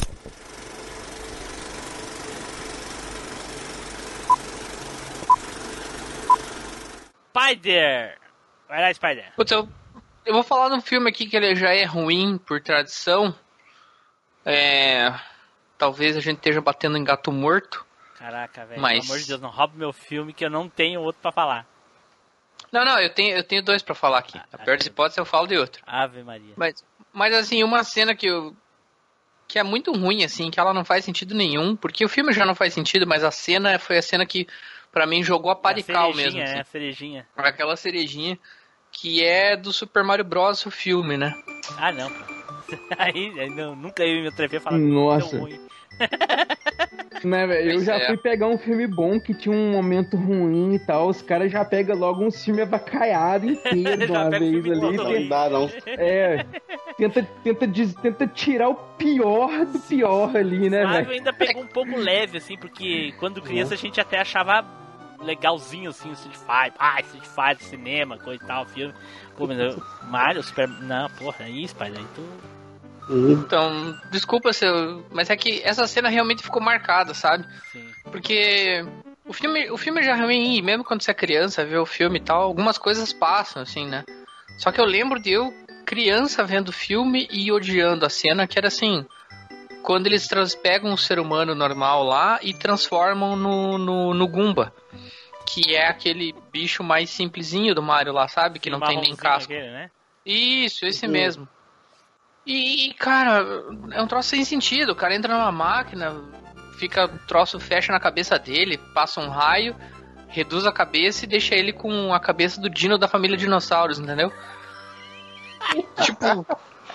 Spider! Vai lá, Spider. Putz, eu, eu vou falar de um filme aqui que ele já é ruim por tradição. É. Talvez a gente esteja batendo em gato morto. Caraca, velho, Mas- pelo amor de Deus, não rouba meu filme que eu não tenho outro pra falar. Não, não, eu tenho, eu tenho dois pra falar aqui. Ah, A pior das hipóteses eu falo de outro. Ave Maria. Mas, mas assim, uma cena que eu. Que é muito ruim, assim, que ela não faz sentido nenhum. Porque o filme já não faz sentido, mas a cena foi a cena que, pra mim, jogou a pá de cal mesmo. cerejinha, Assim. é, a cerejinha. Aquela cerejinha que é do Super Mario Bros. O filme, né? Ah, não, pô. Aí, aí não, nunca eu me atrevi a falar Nossa. tão ruim. Né, velho? Eu Pois já é. fui pegar um filme bom que tinha um momento ruim e tal. Os caras já pegam logo um filme avacaiado inteiro de Já uma pega o vez filme ali. todo tem- Não dá, não. É. Tenta, tenta, diz- tenta tirar o pior do pior ali, né, Flávio velho? ainda pegou um pouco leve, assim, porque quando criança a gente até achava legalzinho, assim, o Street Fighter. Ah, Street Fighter, cinema, coisa e tal, filme. Pô, mas eu, Mario, Super... Não, porra, aí, Spider, aí tu... Então, desculpa se eu. Mas é que essa cena realmente ficou marcada, sabe? Sim. Porque o filme, o filme já é ruim, mesmo quando você é criança, vê o filme e tal, algumas coisas passam, assim, né? Só que eu lembro de eu, criança, vendo o filme e odiando a cena, que era assim, quando eles trans, pegam um ser humano normal lá e transformam no, no, no Goomba, que é aquele bicho mais simplesinho do Mario lá, sabe? Que não tem nem Marronzinho casco. aquele, né? Isso, esse mesmo. E, cara, é um troço sem sentido. O cara entra numa máquina, fica, o troço fecha na cabeça dele, passa um raio, reduz a cabeça e deixa ele com a cabeça do Dino da família Dinossauros, entendeu? Tipo...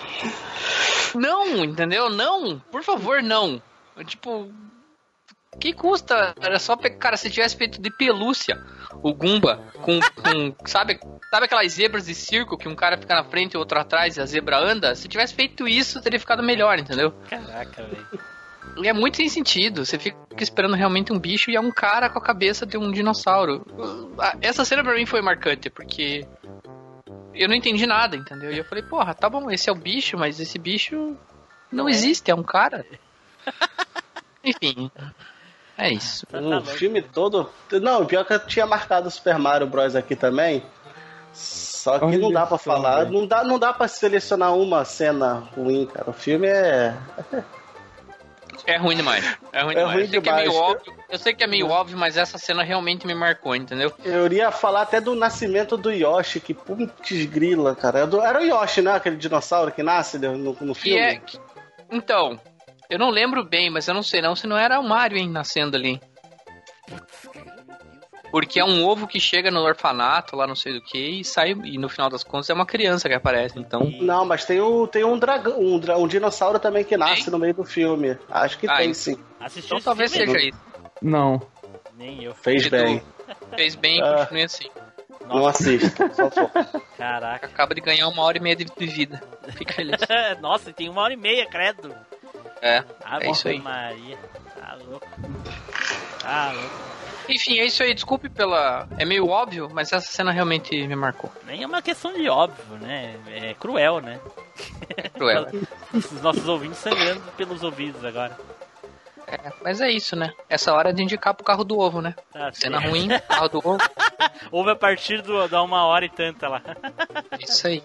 Não, entendeu? Não, por favor, não. Tipo... Que custa? Era só... Cara, se tivesse feito de pelúcia o Goomba com... com sabe, sabe aquelas zebras de circo que um cara fica na frente e o outro atrás e a zebra anda? Se tivesse feito isso, teria ficado melhor, entendeu? Caraca, velho. E é muito sem sentido. Você fica esperando realmente um bicho e é um cara com a cabeça de um dinossauro. Essa cena pra mim foi marcante, porque... eu não entendi nada, entendeu? E eu falei, porra, tá bom, esse é o bicho, mas esse bicho não é. existe, é um cara. Enfim... É isso. O filme todo... Não, pior que eu tinha marcado o Super Mario Bros. Aqui também. Só que não dá pra falar. Não dá, não dá pra selecionar uma cena ruim, cara. O filme é... É ruim demais. É ruim é demais. Ruim eu, sei demais. Que é meio óbvio, eu sei que é meio óbvio, mas essa cena realmente me marcou, entendeu? Eu iria falar até do nascimento do Yoshi, que putz grila, cara. Era o Yoshi, né? Aquele dinossauro que nasce no, no filme. E é... Então... Eu não lembro bem, mas eu não sei não se não era o Mario, hein, nascendo ali. Porque é um ovo que chega no orfanato, lá não sei do que, e sai, e no final das contas é uma criança que aparece, então... Não, mas tem, o, tem um dragão, um, dra, um dinossauro também que nasce tem? no meio do filme. Acho que ah, tem, então. sim. Assistiu então talvez filme? seja isso. Não. Nem eu. Fez Edu, bem. Fez bem e ah, continue assim. Nossa. Não assista, só for. Caraca. Acaba de ganhar uma hora e meia de, de vida. Fica feliz. Nossa, tem uma hora e meia, credo. É, ah, é isso aí. Maria. Tá louco. Tá louco. Enfim, é isso aí. Desculpe pela... É meio óbvio, mas essa cena realmente me marcou. Nem é uma questão de óbvio, né? É cruel, né? É cruel. Os nossos ouvintes sangrando pelos ouvidos agora. É, mas é isso, né? Essa hora é de indicar pro carro do ovo, né? Tá cena certo. ruim, carro do ovo. Ouve a partir do, da uma hora e tanta lá. É isso aí.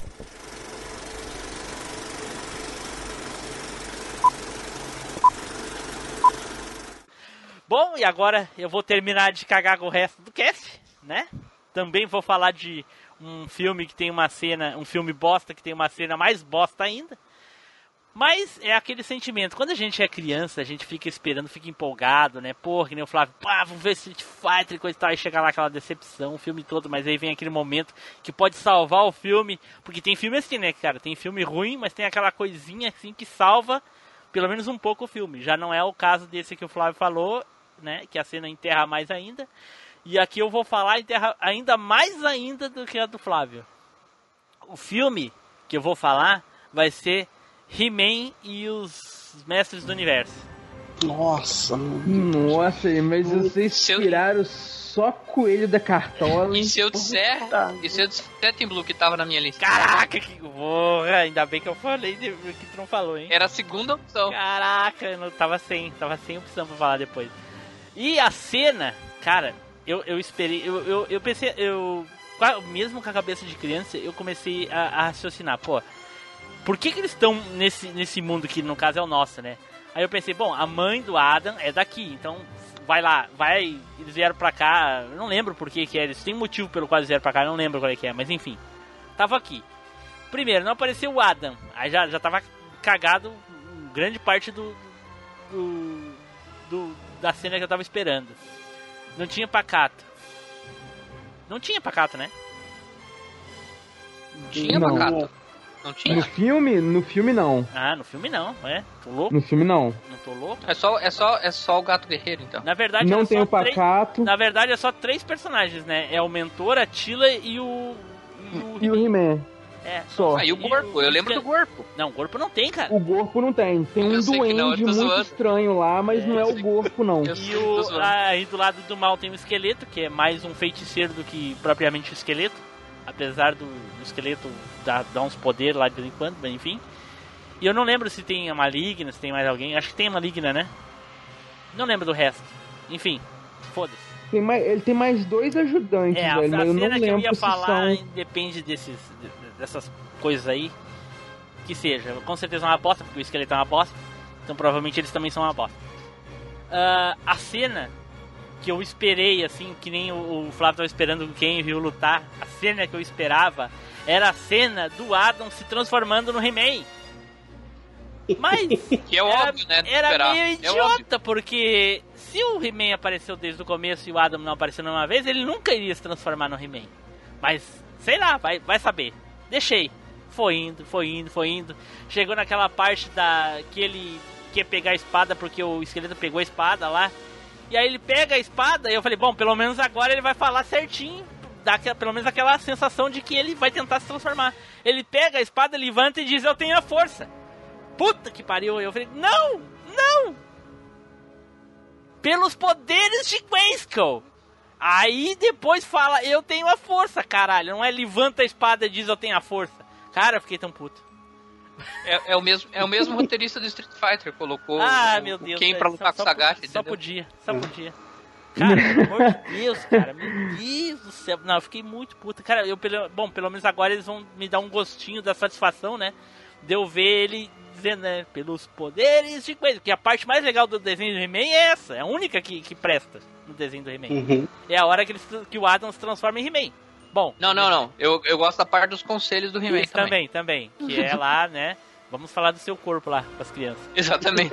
Bom, e agora eu vou terminar de cagar com o resto do cast, né? Também vou falar de um filme que tem uma cena, um filme bosta que tem uma cena mais bosta ainda. Mas é aquele sentimento, quando a gente é criança, a gente fica esperando, fica empolgado, né? Porra, que nem o Flávio, pá, vamos ver Street Fighter e coisa e tal, e chega lá aquela decepção, o filme todo, mas aí vem aquele momento que pode salvar o filme, porque tem filme assim, né, cara? Tem filme ruim, mas tem aquela coisinha assim que salva pelo menos um pouco o filme. Já não é o caso desse que o Flávio falou, né, que a cena enterra mais ainda. E aqui eu vou falar enterra ainda mais ainda do que a do Flávio. O filme que eu vou falar vai ser He-Man e os Mestres do Universo. Nossa, Nossa, mas vocês tiraram só coelho da cartola. E se eu disser, e se eu disser Team Blue que tava na minha lista? Caraca, que porra, ainda bem que eu falei de, que tu não falou, hein? Era a segunda opção. Caraca, eu não tava sem, tava sem opção pra falar depois. E a cena, cara, eu, eu esperei, eu, eu, eu pensei, eu mesmo com a cabeça de criança, eu comecei a, a raciocinar, pô, por que que eles estão nesse, nesse mundo que no caso é o nosso, né? Aí eu pensei, bom, a mãe do Adam é daqui, então vai lá, vai, eles vieram pra cá, eu não lembro por que que é, eles têm motivo pelo qual eles vieram pra cá, eu não lembro qual é que é, mas enfim, tava aqui. Primeiro, não apareceu o Adam, aí já, já tava cagado grande parte do, do, do da cena que eu tava esperando. Não tinha Pacato. Não tinha Pacato, né? Tinha Não. Pacato. Não tinha? No filme? No filme não. Ah, no filme não, é? Tô louco? No filme não. Não tô louco? É só, é só, é só o Gato Guerreiro, então. Na verdade, Não era tem só o Pacato Três, na verdade, é só três personagens, né? É o Mentor, a Tila e o... E o, e o He-Man. É. Só. Aí o Gorpo, eu lembro do Gorpo. Não, o Gorpo não tem, cara. O Gorpo não tem. Tem um Eu sei que duende não, eu tô muito zoando. estranho lá, mas É, não é eu o sei. Gorpo, não. Eu E sei, tô o, zoando. aí do lado do mal tem o esqueleto, que é mais um feiticeiro do que propriamente o esqueleto. Apesar do, do esqueleto dar, dar uns poderes lá de vez em quando, mas enfim. E eu não lembro se tem a Maligna, se tem mais alguém. Acho que tem a Maligna, né? Não lembro do resto. Enfim, foda-se. Tem mais, ele tem mais dois ajudantes, É, a, velho, a mas eu não cena que eu lembro ia se falar são... depende desses, dessas coisas aí. Que seja, com certeza é uma bosta, porque o esqueleto é uma bosta. Então provavelmente eles também são uma bosta. Uh, a cena que eu esperei, assim, que nem o, o Flávio tava esperando quem viu lutar. A cena que eu esperava era a cena do Adam se transformando no He-Man. Mas que é era, óbvio, né? era esperar. meio É idiota, porque se o He-Man apareceu desde o começo e o Adam não apareceu nenhuma vez, ele nunca iria se transformar no He-Man. Mas, sei lá, vai, vai saber. Deixei. Foi indo, foi indo, foi indo. Chegou naquela parte da que ele quer pegar a espada porque o esqueleto pegou a espada lá. E aí ele pega a espada e eu falei, bom, pelo menos agora ele vai falar certinho. Dá aquela, pelo menos aquela sensação de que ele vai tentar se transformar. Ele pega a espada, levanta e diz, eu tenho a força. Puta que pariu. Eu falei, não, não. Pelos poderes de Grayskull. Aí depois fala, eu tenho a força, caralho. Não é levanta a espada e diz, eu tenho a força. Cara, eu fiquei tão puto. É, é, o mesmo, é o mesmo roteirista do Street Fighter, colocou ah, o, meu Deus, quem pra lutar só, com o Sagat. Só podia, só podia. Cara, pelo amor de Deus, cara, meu Deus do céu. Não, eu fiquei muito puto. Cara, eu, pelo, bom, pelo menos agora eles vão me dar um gostinho da satisfação, né? De eu ver ele dizendo, né, pelos poderes de coisa. Porque a parte mais legal do desenho do He-Man é essa, é a única que, que presta no desenho do He-Man. Uhum. É a hora que, eles, que o Adam se transforma em He-Man. Bom. Não, não, não. Eu, eu gosto da parte dos conselhos do He-Man também. Também, também. Que é lá, né? Vamos falar do seu corpo lá, com as crianças. Exatamente.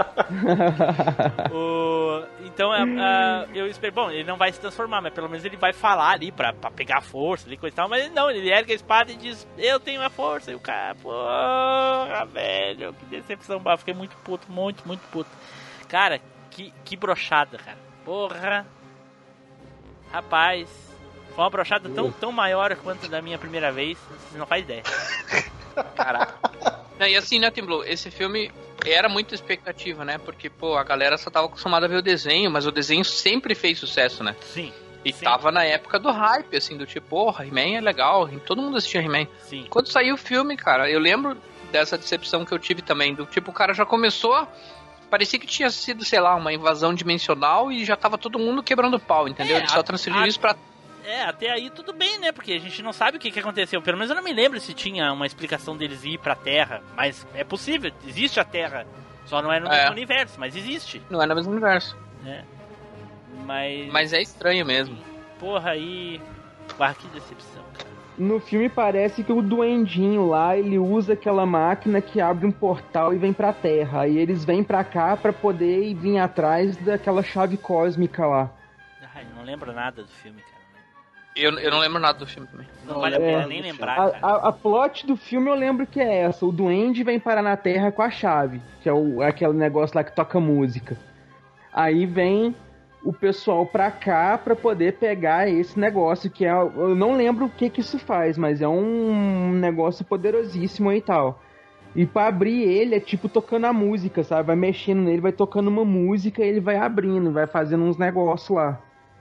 o... Então, a, a, eu espero... Bom, ele não vai se transformar, mas pelo menos ele vai falar ali pra, pra pegar força ali, coisa e tal. Mas não, ele ergue a espada e diz, eu tenho a força. E o cara, porra, velho, que decepção. Eu fiquei muito puto, muito, muito puto. Cara, que, que brochada, cara. Porra. Rapaz, foi uma brochada tão, tão maior quanto da minha primeira vez. Você não faz ideia. Caraca. Não, e assim, né, Tim Blue, esse filme era muita expectativa, né? Porque, pô, a galera só tava acostumada a ver o desenho, mas o desenho sempre fez sucesso, né? Sim. E sim. tava na época do hype, assim, do tipo, porra, He-Man é legal, todo mundo assistia He-Man. Sim. Quando saiu o filme, cara, eu lembro dessa decepção que eu tive também, do tipo, o cara já começou, parecia que tinha sido, sei lá, uma invasão dimensional e já tava todo mundo quebrando pau, entendeu? É, Ele só a, transferiu a... isso pra... É, até aí tudo bem, né? Porque a gente não sabe o que, que aconteceu. Pelo menos eu não me lembro se tinha uma explicação deles ir pra Terra. Mas é possível, existe a Terra. Só não é no é. mesmo universo, mas existe. Não é no mesmo universo. É. Mas... Mas é estranho mesmo. Porra, aí... Ah, que decepção, cara. No filme parece que o duendinho lá, ele usa aquela máquina que abre um portal e vem pra Terra. Aí eles vêm pra cá pra poder vir atrás daquela chave cósmica lá. Ai, não lembro nada do filme, cara. Eu, eu não lembro nada do filme também. Não, não vale a pena é, nem lembrar, a, cara. A, a plot do filme eu lembro que é essa. O duende vem parar na Terra com a chave, que é o, aquele negócio lá que toca música. Aí vem o pessoal pra cá pra poder pegar esse negócio, que é... Eu não lembro o que que isso faz, mas é um negócio poderosíssimo e tal. E pra abrir ele é tipo tocando a música, sabe? Vai mexendo nele, vai tocando uma música e ele vai abrindo, vai fazendo uns negócios lá.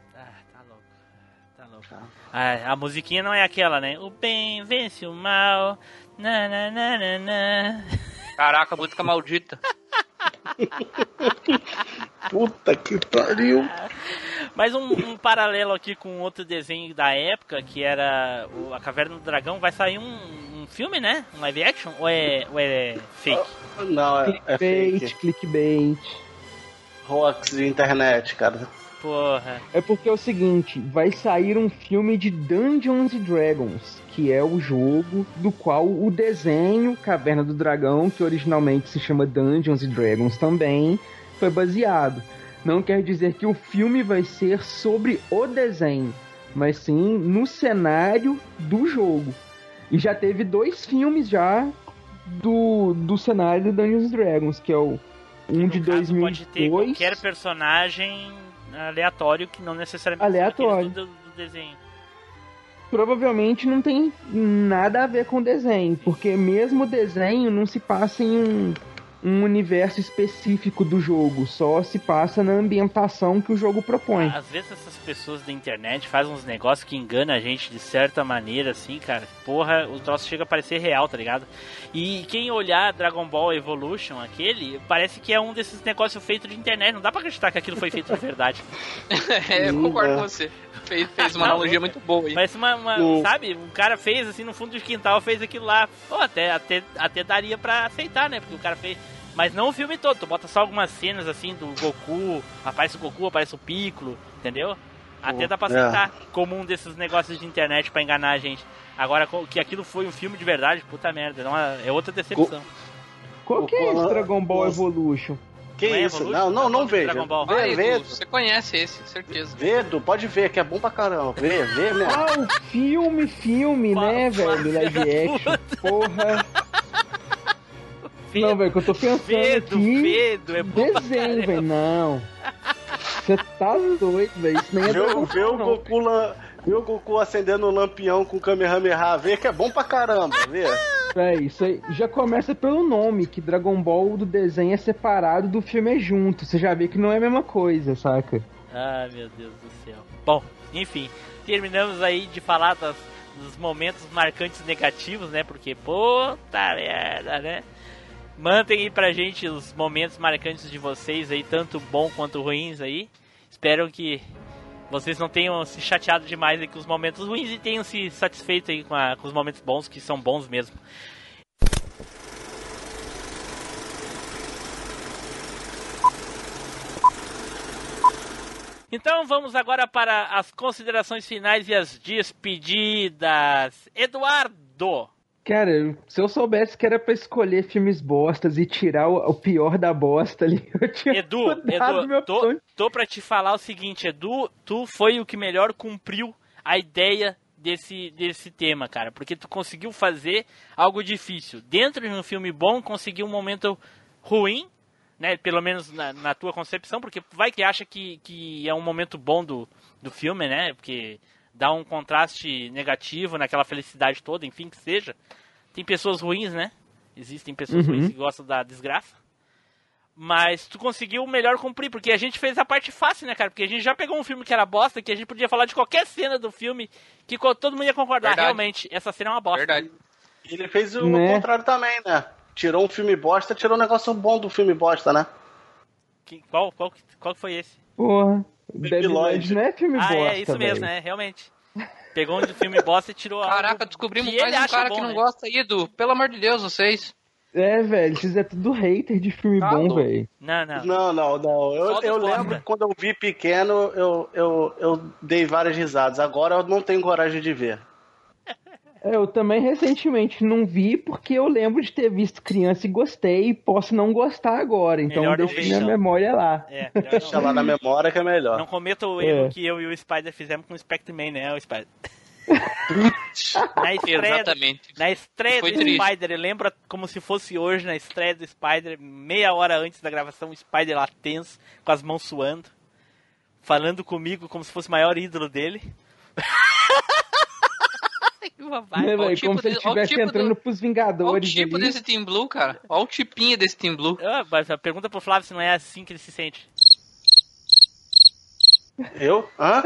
Ah, a musiquinha não é aquela, né? O bem vence o mal. Na, na, na, na, na. Caraca, música maldita. Puta que pariu. Mas um, um paralelo aqui com outro desenho da época, que era o, A Caverna do Dragão, vai sair um, um filme, né? Um live action? Ou é, ou é fake? Não, é, é clickbait, fake. Clickbait. Hoax de internet, cara. Porra. É porque é o seguinte, vai sair um filme de Dungeons and Dragons, que é o jogo do qual o desenho Caverna do Dragão, que originalmente se chama Dungeons and Dragons também, foi baseado. Não quer dizer que o filme vai ser sobre o desenho, mas sim no cenário do jogo. E já teve dois filmes já do, do cenário do Dungeons and Dragons, que é o um de dois mil e dois. Pode ter qualquer personagem aleatório que não necessariamente aleatório do, do desenho. Provavelmente não tem nada a ver com o desenho, porque mesmo o desenho não se passa em um, um universo específico do jogo, só se passa na ambientação que o jogo propõe. Às vezes essas pessoas da internet fazem uns negócios que enganam a gente de certa maneira, assim, cara. Porra, o troço chega a parecer real, tá ligado? E quem olhar Dragon Ball Evolution, aquele, parece que é um desses negócios feitos de internet. Não dá pra acreditar que aquilo foi feito de verdade. É, eu concordo com você. Fez, fez uma analogia muito boa aí. Parece uma, uma o... sabe, o cara fez assim no fundo do quintal, fez aquilo lá. Pô, até, até, até daria pra aceitar, né? Porque o cara fez. Mas não o filme todo, tu bota só algumas cenas assim do Goku, aparece o Goku, aparece o Piccolo, entendeu? Até dá pra aceitar é. como um desses negócios de internet pra enganar a gente. Agora, que aquilo foi um filme de verdade, puta merda, é, uma, é outra decepção. Qual que é esse Goku- Dragon Ball Nossa. Evolution? Que Não é isso? Evolution? Não, não, não Tá falando de veja. Dragon Ball. Vai, Vê, vê, Edu, você conhece esse, certeza. vê, Edu, pode ver, que é bom pra caramba. Vê, vê mesmo. Ah, o filme, filme, né, Fala, velho? filha Live da action. Porra. Não, velho, que eu tô pensando Vedo, aqui. Vedo, é bom pra Desenho, caramba. velho. Não. Você tá doido, velho. Isso nem é Vê, o- Dragon vê o Ball, não. Goku, lan- vê o Goku acendendo o lampião com o Kamehameha, vê que é bom pra caramba, vê. É, isso aí já começa pelo nome, que Dragon Ball do desenho é separado, do filme é junto. Você já vê que não é a mesma coisa, saca? Ah, meu Deus do céu. Bom, enfim, terminamos aí de falar das, dos momentos marcantes negativos, né? Porque, puta merda, né? Mandem aí pra gente os momentos marcantes de vocês aí, tanto bom quanto ruins aí. Espero que vocês não tenham se chateado demais aí com os momentos ruins e tenham se satisfeito aí com, a, com os momentos bons, que são bons mesmo. Então vamos agora para as considerações finais e as despedidas. Eduardo! Cara, se eu soubesse que era pra escolher filmes bostas e tirar o, o pior da bosta ali, eu tinha Edu, mudado Edu, meu tô, sonho. tô pra te falar o seguinte, Edu, tu foi o que melhor cumpriu a ideia desse, desse tema, cara, porque tu conseguiu fazer algo difícil. Dentro de um filme bom, conseguiu um momento ruim, né, pelo menos na, na tua concepção, porque vai que acha que, que é um momento bom do, do filme, né, porque dá um contraste negativo naquela felicidade toda, enfim, que seja. Tem pessoas ruins, né, existem pessoas Uhum. ruins que gostam da desgraça. Mas tu conseguiu melhor cumprir, porque a gente fez a parte fácil, né, cara? Porque a gente já pegou um filme que era bosta, que a gente podia falar de qualquer cena do filme, que co- todo mundo ia concordar. Verdade. Realmente, essa cena é uma bosta. Verdade. Ele fez o Né? contrário também, né? Tirou um filme bosta, tirou um negócio bom do filme bosta, né? Que- qual, qual, qual que foi esse? Porra, Baby Baby Lloyd. Lloyd não é filme ah, bosta, é isso mesmo, velho. né? Realmente. Pegou um filme bosta e tirou algo Caraca, descobrimos que mais ele um acha cara bom, que não né? gosta aí, Edu. Pelo amor de Deus, vocês. É, velho, vocês é tudo hater de filme Tá bom, louco. velho. Não, não. Não, não, não. Eu, Só do eu bosta. lembro que quando eu vi pequeno, eu, eu, eu dei várias risadas. Agora eu não tenho coragem de ver. É, eu também recentemente não vi porque eu lembro de ter visto criança e gostei e posso não gostar agora. Então Melhor não deixa ver, minha então. memória lá. É, melhor Deixa não, lá na memória que é melhor. não cometa o erro É. que eu e o Spider fizemos com o Spectre-Man, né, o Spider? Na estreia, Exatamente. na estreia Foi do triste. Spider, lembra como se fosse hoje, na estreia do Spider, meia hora antes da gravação, o Spider lá tenso, com as mãos suando, falando comigo como se fosse o maior ídolo dele. Que bobagem. Né, Olha o velho? tipo Como se ele de- olha o estivesse tipo entrando do- pros Olha o Vingadores tipo ali. desse Team Blue, cara. Olha o tipinho desse Team Blue. Ah, mas a pergunta pro Flávio se não é assim que ele se sente. Eu? Hã?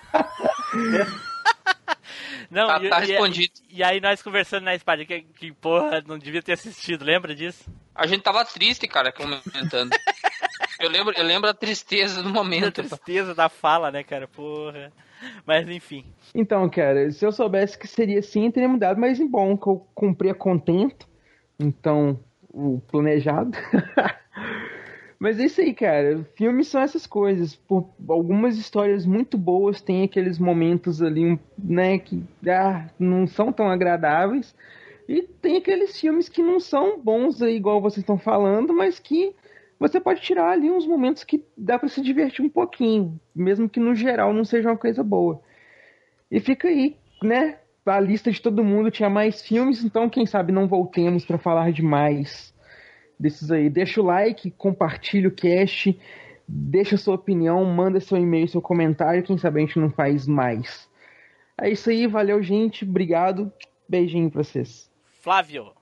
Não, Tá- e, tá e- respondido. E, aí nós conversando na Spider, que, que porra, não devia ter assistido, lembra disso? A gente tava triste, cara, comentando. Eu lembro, eu lembro a tristeza do A momento. tristeza da fala, né, cara, porra. Mas enfim. Então, cara, se eu soubesse que seria assim, eu teria mudado, mas em bom, que eu cumpria contento. Então, o planejado. Mas é isso aí, cara. Filmes são essas coisas. Por algumas histórias muito boas tem aqueles momentos ali, né, que ah, não são tão agradáveis. E tem aqueles filmes que não são bons, aí, igual vocês estão falando, mas que você pode tirar ali uns momentos que dá pra se divertir um pouquinho, mesmo que no geral não seja uma coisa boa. E fica aí, né? A lista de todo mundo tinha mais filmes, então quem sabe não voltemos pra falar de mais desses aí. Deixa o like, compartilha o cast, deixa sua opinião, manda seu e-mail, seu comentário, quem sabe a gente não faz mais. É isso aí, valeu, gente, obrigado, beijinho pra vocês. Flávio.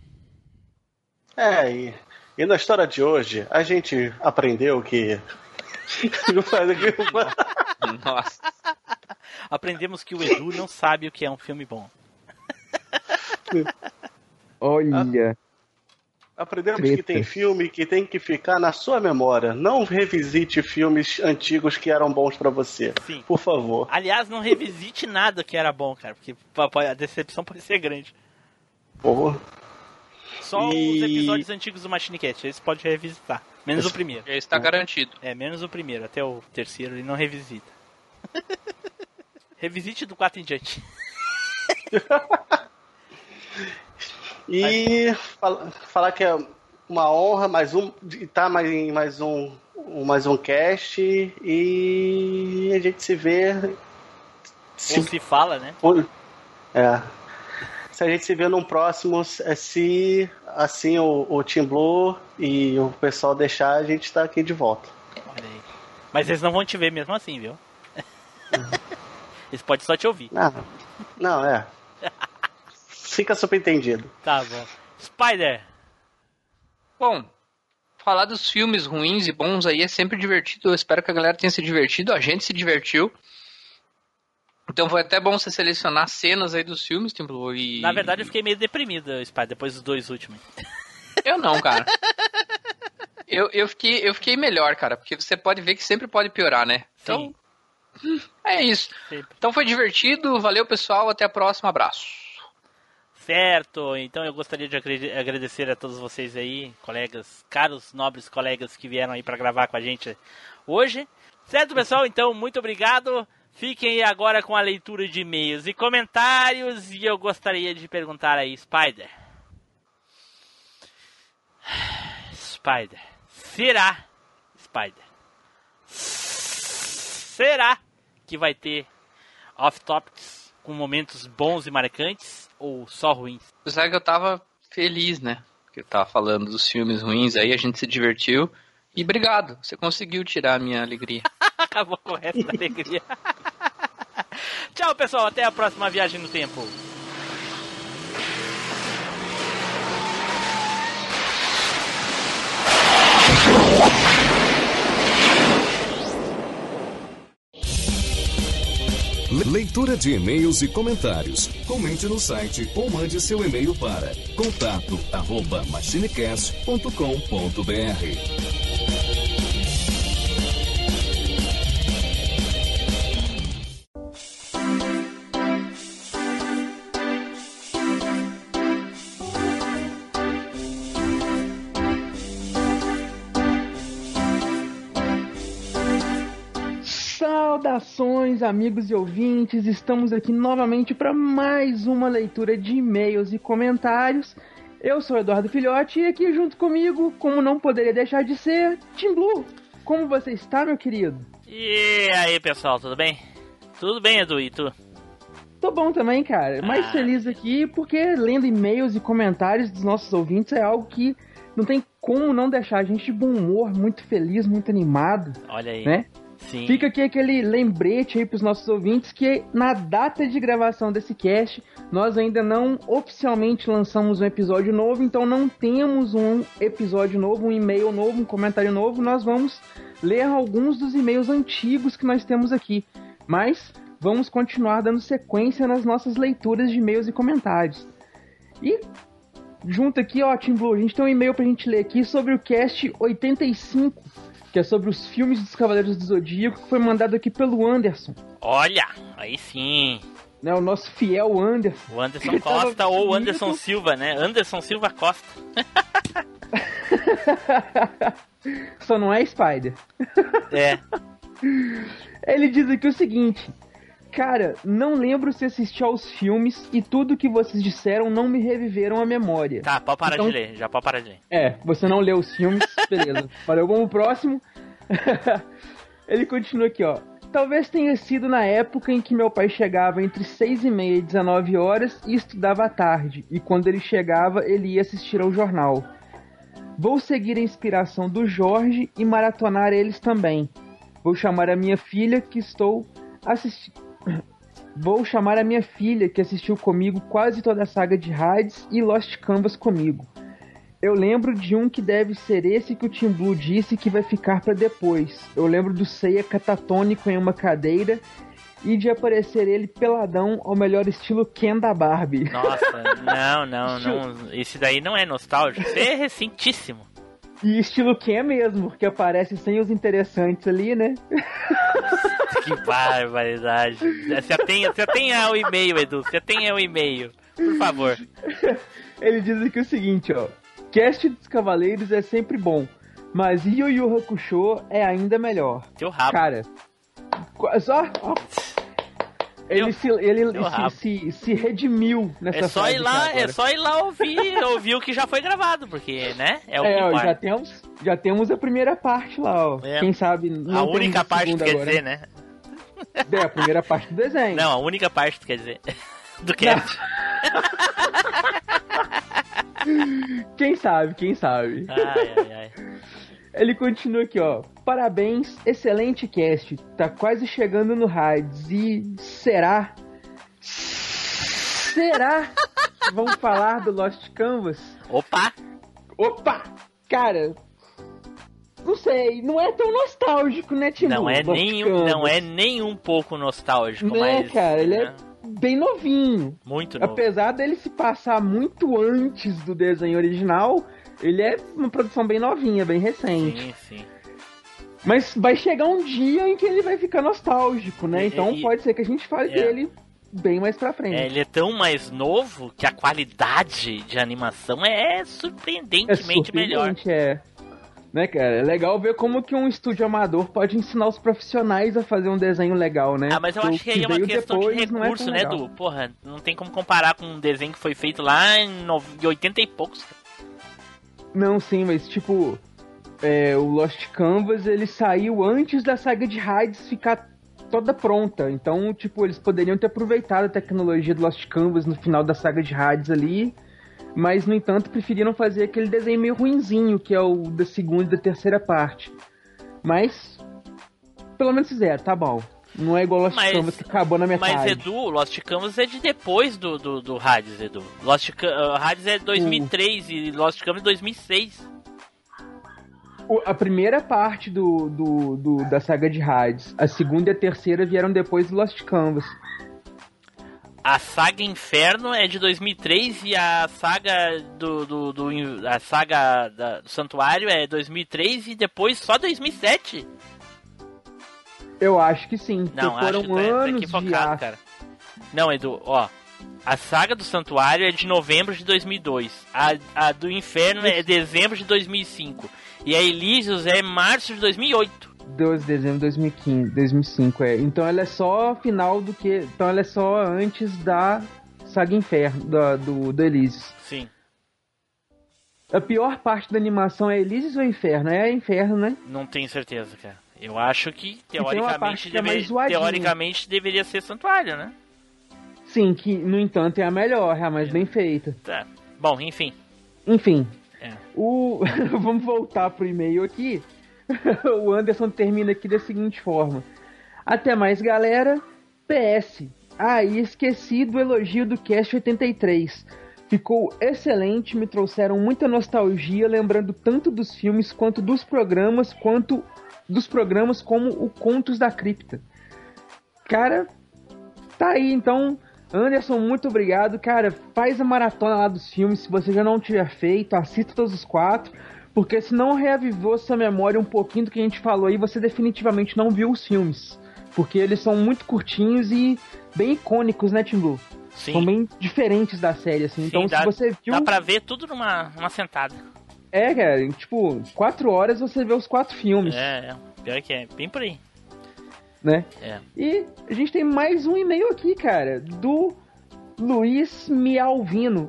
É, e, e na história de hoje, a gente aprendeu que. Nossa. Aprendemos que o Edu não sabe o que é um filme bom. Olha, Aprendemos Treta. que tem filme que tem que ficar na sua memória. Não revisite filmes antigos que eram bons pra você. Sim. Por favor. Aliás, não revisite nada que era bom, cara, porque a decepção pode ser grande. Porra. Só E- os episódios antigos do Machine Cat, esse pode revisitar. Menos o primeiro. Esse tá garantido. É, menos o primeiro, até o terceiro ele não revisita. Revisite do quatro em diante. E fala- falar que é uma honra, mais um, tá mais em mais um, mais um cast e a gente se vê. Se, Ou se fala, né? É. Se a gente se vê num próximo, se assim o, o Team Blue e o pessoal deixar, a gente tá aqui de volta. Olha aí. Mas eles não vão te ver mesmo assim, viu? Eles podem só te ouvir. Não, não é. Fica subentendido. Tá bom. Spider! Bom, falar dos filmes ruins e bons aí é sempre divertido. Eu espero que a galera tenha se divertido. A gente se divertiu. Então foi até bom você selecionar cenas aí dos filmes, tipo, e... Na verdade eu fiquei meio deprimido, Spider, depois dos dois últimos. Eu não, cara. eu, eu, fiquei, eu fiquei melhor, cara, porque você pode ver que sempre pode piorar, né? Então, Sim. é isso. Sempre. Então foi divertido, valeu pessoal, até a próxima, abraço. Certo, então eu gostaria de agradecer a todos vocês aí, colegas, caros, nobres colegas que vieram aí pra gravar com a gente hoje. Certo, pessoal? Então, muito obrigado. Fiquem aí agora com a leitura de e-mails e comentários. E eu gostaria de perguntar aí, Spider. Spider. Será, Spider, será que vai ter off-topics com momentos bons e marcantes ou só ruins? Apesar que eu tava feliz, né? Porque eu tava falando dos filmes ruins aí, a gente se divertiu. E obrigado, você conseguiu tirar a minha alegria. Acabou com o resto da alegria. Tchau, pessoal. Até a próxima viagem no tempo. Leitura de e-mails e comentários. Comente no site ou mande seu e-mail para contato arroba machinecast ponto com ponto br. Saudações, amigos e ouvintes, estamos aqui novamente para mais uma leitura de e-mails e comentários. Eu sou Eduardo Filhote e aqui junto comigo, como não poderia deixar de ser, Team Blue. Como você está, meu querido? E aí, pessoal, tudo bem? Tudo bem, Edu, e tu? Tô bom também, cara. Mais ah. feliz aqui porque lendo e-mails e comentários dos nossos ouvintes é algo que não tem como não deixar a gente de bom humor, muito feliz, muito animado. Olha aí. Né? Sim. Fica aqui aquele lembrete aí pros nossos ouvintes que na data de gravação desse cast, nós ainda não oficialmente lançamos um episódio novo, então não temos um episódio novo, um e-mail novo, um comentário novo. Nós vamos ler alguns dos e-mails antigos que nós temos aqui, mas vamos continuar dando sequência nas nossas leituras de e-mails e comentários. E junto aqui, ó, Team Blue, a gente tem um e-mail pra gente ler aqui sobre o cast oitenta e cinco, que é sobre os filmes dos Cavaleiros do Zodíaco, que foi mandado aqui pelo Anderson. Olha, aí sim. Né, o nosso fiel Anderson. O Anderson Costa ou o Anderson Silva, né? Anderson Silva Costa. Só não é Spider. É. Ele diz aqui o seguinte: cara, não lembro se assisti aos filmes e tudo que vocês disseram não me reviveram a memória. Tá, pode parar então, de ler, já pode parar de ler. É, você não leu os filmes, beleza. Valeu, vamos pro próximo. Ele continua aqui, ó. Talvez tenha sido na época em que meu pai chegava entre seis e meia e dezenove horas e estudava à tarde, e quando ele chegava, ele ia assistir ao jornal. Vou seguir a inspiração do Jorge e maratonar eles também. Vou chamar a minha filha que estou assistindo. Vou chamar a minha filha que assistiu comigo quase toda a saga de Hades e Lost Canvas comigo. Eu lembro de um que deve ser esse que o Team Blue disse que vai ficar pra depois. Eu lembro do Seiya catatônico em uma cadeira e de aparecer ele peladão ao melhor estilo Ken da Barbie. Nossa, não, não, não. Esse daí não é nostálgico, isso é recentíssimo. E estilo Ken mesmo, porque aparece sem os interessantes ali, né? Que barbaridade. Você tenha, você tenha o e-mail, Edu, você tenha o e-mail, por favor. Ele diz aqui o seguinte, ó. Cast dos Cavaleiros é sempre bom, mas Yu Yu Hakusho é ainda melhor. Teu rabo. Cara, só... Ó, Ele, se, ele se, se, se redimiu nessa É só ir lá, é só ir lá ouvir, ouvir o que já foi gravado, porque, né? É o é, que ó, importa. já temos, já temos a primeira parte lá, ó. É. Quem sabe não A temos única parte, segunda quer agora. dizer, né? É, a primeira parte do desenho. Não, a única parte, quer dizer, do cast. Quem sabe, quem sabe. Ai, ai, ai. Ele continua aqui, ó. Parabéns, excelente cast. Tá quase chegando no Hades. E será? Será que vão falar do Lost Canvas? Opa! Opa! Cara, não sei, não é tão nostálgico, né, Timbu? Não é, Lost nem, Canvas. não é nem um pouco nostálgico, Né, mas... cara, ele né? é bem novinho. Muito novo. Apesar dele se passar muito antes do desenho original, ele é uma produção bem novinha, bem recente. Sim, sim. Mas vai chegar um dia em que ele vai ficar nostálgico, né? E- Então e- pode ser que a gente fale é. dele bem mais pra frente. É, ele é tão mais novo que a qualidade de animação é surpreendentemente melhor. surpreendente, é. Né, cara? É legal ver como que um estúdio amador pode ensinar os profissionais a fazer um desenho legal, né? Ah, mas eu O acho que aí é uma veio questão de depois não é recurso, tão né, legal. Du? Porra, não tem como comparar com um desenho que foi feito lá em no- em oitenta e poucos. Não, sim, mas tipo, é, o Lost Canvas, ele saiu antes da saga de Hades ficar toda pronta. Então, tipo, eles poderiam ter aproveitado a tecnologia do Lost Canvas no final da saga de Hades ali, mas, no entanto, preferiram fazer aquele desenho meio ruinzinho, que é o da segunda e da terceira parte. Mas, pelo menos fizeram, tá bom. Não é igual Lost Mas- Canvas, que acabou na metade. Mas, Edu, Lost Canvas é de depois do, do, do Hades, Edu. Lost Ca- uh, Hades é dois mil e três e Lost Canvas é dois mil e seis. O- a primeira parte do, do, do- da saga de Hades, a segunda e a terceira vieram depois do Lost Canvas. A saga Inferno é de dois mil e três e a saga do, do, do in- a saga da- do Santuário é dois mil e três e depois só dois mil e sete. Eu acho que sim, porque Não, acho foram que tá, tá anos de equivocado, ar. cara. Não, Edu, ó. A saga do Santuário é de novembro de dois mil e dois. A, a do Inferno é dezembro de dois mil e cinco. E a Elysius é março de dois mil e oito. doze de dezembro de dois mil e quinze, dois mil e cinco, é. Então ela é só final do que... Então ela é só antes da saga Inferno, da, do, do Elysius. Sim. A pior parte da animação é Elysius ou Inferno? É Inferno, né? Não tenho certeza, cara. Eu acho que, tem uma teoricamente, parte que é deve- mais zoadinha. teoricamente deveria ser Santuário, né? Sim, que no entanto é a melhor, é a mais bem feita. Tá. Bom, enfim. Enfim, É. o... vamos voltar pro e-mail aqui. O Anderson termina aqui da seguinte forma: até mais, galera. P S. Ah, e esqueci do elogio do Cast oitenta e três. Ficou excelente, me trouxeram muita nostalgia, lembrando tanto dos filmes quanto dos programas, quanto dos programas como o Contos da Cripta. Cara, tá aí, então, Anderson, muito obrigado. Cara, faz a maratona lá dos filmes, se você já não tiver feito, assista todos os quatro, porque se não reavivou sua memória um pouquinho do que a gente falou aí, você definitivamente não viu os filmes. Porque eles são muito curtinhos e bem icônicos, né, Tim Blue? Sim. São bem diferentes da série, assim. Sim, então, dá, se você viu... dá pra ver tudo numa, numa sentada. É, cara, em, tipo, quatro horas você vê os quatro filmes, É, é. Pior que é. Bem por aí. né? É. E a gente tem mais um e-mail aqui, cara, do Luiz Mialvino.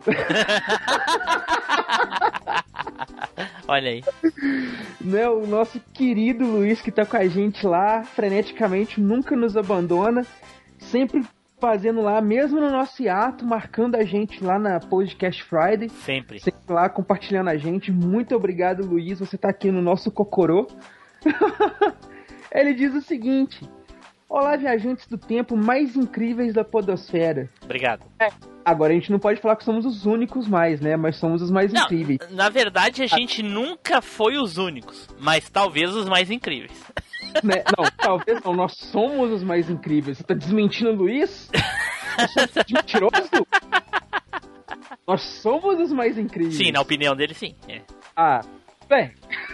Olha aí. Né, o nosso querido Luiz, que tá com a gente lá freneticamente, nunca nos abandona, sempre fazendo lá, mesmo no nosso hiato, marcando a gente lá na Podcast Friday, Sempre. sempre lá compartilhando a gente. Muito obrigado, Luiz, você tá aqui no nosso Cocorô. Ele diz o seguinte: olá, viajantes do tempo mais incríveis da podosfera. Obrigado. Agora a gente não pode falar que somos os únicos mais, né? Mas somos os mais Não, incríveis. na verdade a gente nunca foi os únicos, mas talvez os mais incríveis. Né? Não, talvez não. Nós somos os mais incríveis. Você tá desmentindo o Luiz? Você é mentiroso? Nós somos os mais incríveis. Sim, na opinião dele sim. É. Ah, bem.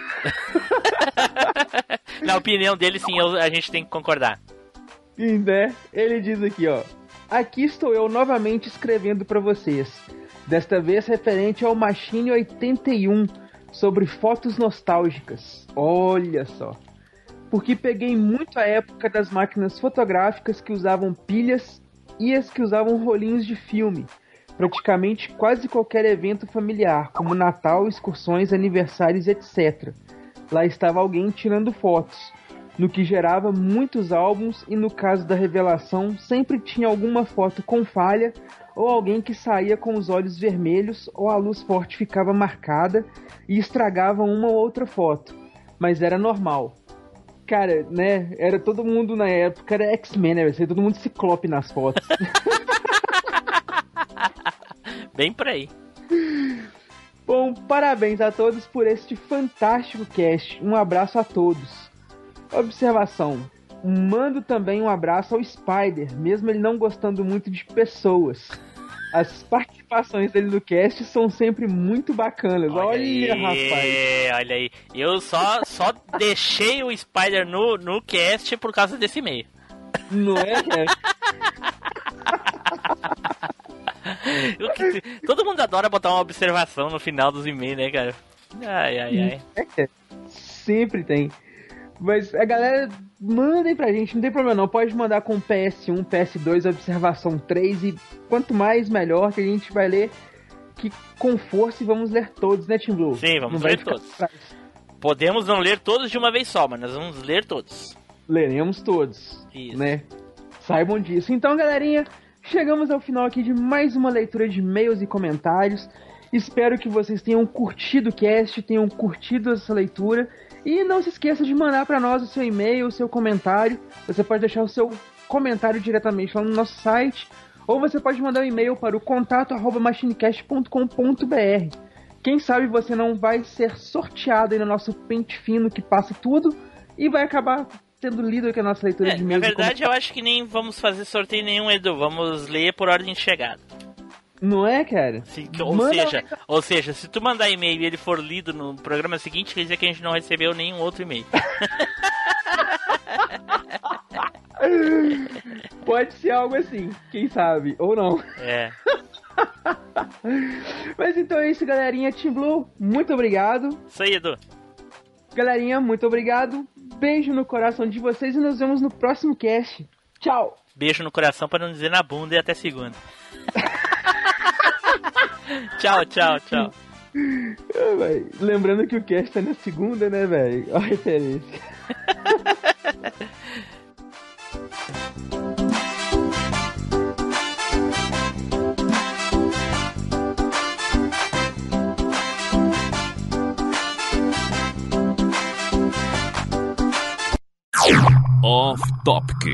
Na opinião dele sim, eu- a gente tem que concordar. E, né? Ele diz aqui, ó: aqui estou eu novamente escrevendo pra vocês. Desta vez referente ao Machine oitenta e um, sobre fotos nostálgicas. Olha só. Porque peguei muito a época das máquinas fotográficas que usavam pilhas e as que usavam rolinhos de filme. Praticamente quase qualquer evento familiar, como Natal, excursões, aniversários, etcétera. Lá estava alguém tirando fotos, no que gerava muitos álbuns e no caso da revelação sempre tinha alguma foto com falha ou alguém que saía com os olhos vermelhos ou a luz forte ficava marcada e estragava uma ou outra foto, mas era normal. Cara, né, era todo mundo na época, era X-Men, né, era todo mundo ciclope nas fotos. Bem por aí. Bom, parabéns a todos por este fantástico cast. Um abraço a todos. Observação. Mando também um abraço ao Spider, mesmo ele não gostando muito de pessoas. As participações dele no cast são sempre muito bacanas. Olha, olha aí, rapaz. Olha aí. Eu só, só deixei o Spider no, no cast por causa desse e-mail. Não é, cara? Todo mundo adora botar uma observação no final dos e-mails, né, cara? Ai, ai, ai. É, sempre tem. Mas a galera, mandem pra gente, não tem problema não. Pode mandar com P S um, P S dois, observação três. E quanto mais, melhor, que a gente vai ler que com força e vamos ler todos, né, Tim Blue? Sim, vamos não ler todos. Atrás. Podemos não ler todos de uma vez só, mas nós vamos ler todos. Leremos todos. Isso. Né? Saibam disso. Então, galerinha, chegamos ao final aqui de mais uma leitura de e-mails e comentários. Espero que vocês tenham curtido o cast, tenham curtido essa leitura. E não se esqueça de mandar para nós o seu e-mail, o seu comentário. Você pode deixar o seu comentário diretamente lá no nosso site. Ou você pode mandar um e-mail para o contato arroba machinecast ponto com ponto b r. Quem sabe você não vai ser sorteado aí no nosso pente fino que passa tudo. E vai acabar sendo lido aqui a nossa leitura é, de e-mails. Na verdade, eu acho que nem vamos fazer sorteio nenhum, Edu. Vamos ler por ordem de chegada. Não é, cara? Sim, ou, seja, ou seja, se tu mandar e-mail e ele for lido no programa seguinte, quer dizer que a gente não recebeu nenhum outro e-mail. Pode ser algo assim, quem sabe, ou não. É. Mas então é isso, galerinha. Team Blue, muito obrigado. Isso aí, Edu. Galerinha, muito obrigado. Beijo no coração de vocês e nos vemos no próximo cast. Tchau. Beijo no coração para não dizer na bunda e até segunda. Tchau, tchau, tchau. Ah, véio, lembrando que o cast tá na segunda, né, velho? Olha a referência. Off Topic.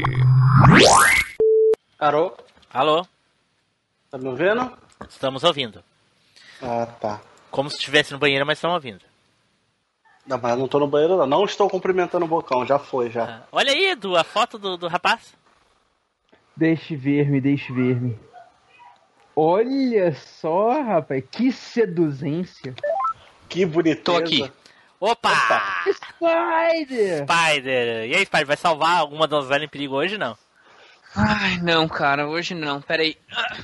Alô? Alô? Tá me ouvindo? Estamos ouvindo. Ah, tá. Como se estivesse no banheiro, mas estamos ouvindo. Não, mas eu não tô no banheiro, não. Não estou cumprimentando o Bocão, já foi, já. Ah, olha aí, Edu, a foto do, do rapaz. Deixe ver-me, deixe ver-me. Olha só, rapaz, que seduzência. Que boniteza. Tô aqui. Opa! Opa. Spider! Spider! E aí, Spider, vai salvar alguma donzela em perigo hoje, não? Ai, não, cara, hoje não, peraí.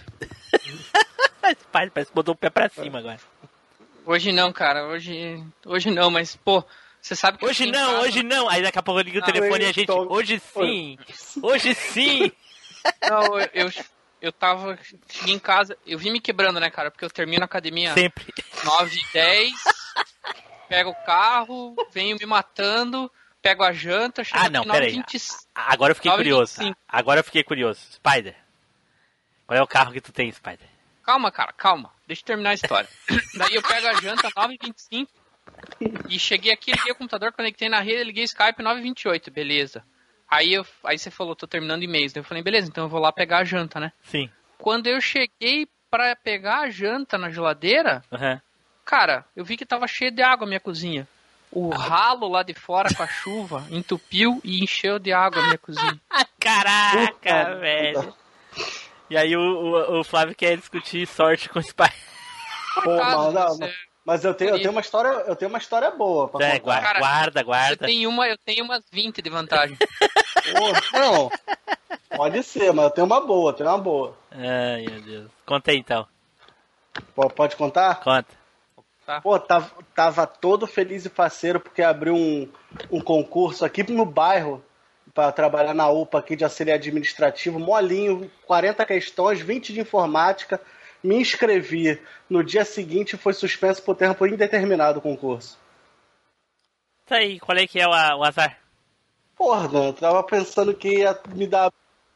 Spider parece que botou o pé pra cima agora. Hoje não, cara, hoje hoje não, mas, pô, você sabe que... Hoje não, casa... hoje não! Aí daqui a pouco eu ligo o ah, telefone e a gente... tô... Hoje sim! Hoje sim! Não, eu, eu, eu tava... Cheguei em casa, eu vim me quebrando, né, cara, porque eu termino a academia... Sempre. nove e dez, pego o carro, venho me matando... Pego a janta, chego ah, não, aqui nove e peraí. vinte... Agora eu fiquei nove e vinte e curioso. Agora eu fiquei curioso. Spider, qual é o carro que tu tem, Spider? Calma, cara, calma. Deixa eu terminar a história. Daí eu pego a janta nove e vinte e cinco e cheguei aqui, liguei o computador, conectei na rede, liguei o Skype nove e vinte e oito, beleza. Aí, eu, aí você falou, tô terminando e-mails. Daí eu falei, beleza, então eu vou lá pegar a janta, né? Sim. Quando eu cheguei pra pegar a janta na geladeira, Uhum. cara, eu vi que tava cheio de água a minha cozinha. O ralo lá de fora com a chuva entupiu e encheu de água a minha cozinha. Caraca, Puta, velho. puta. E aí o, o, o Flávio quer discutir sorte com o Spider. Pô, Caso mas, não, você- mas eu tenho, eu tenho uma história, eu tenho uma história boa pra É, contar. guarda, Cara, guarda, Eu guarda. tenho, uma, eu tenho umas vinte de vantagem. Pô, não. Pode ser, mas eu tenho uma boa, eu tenho uma boa. Ai, meu Deus. Conta aí, então. Pô, pode contar? Conta. Pô, tava, tava todo feliz e faceiro porque abriu um, um concurso aqui no bairro para trabalhar na U P A aqui de auxiliar administrativo, molinho, quarenta questões, vinte de informática. Me inscrevi. No dia seguinte foi suspenso por tempo indeterminado o concurso. Tá aí, qual é que é o, o azar? Porra, não, eu tava pensando que ia me dar...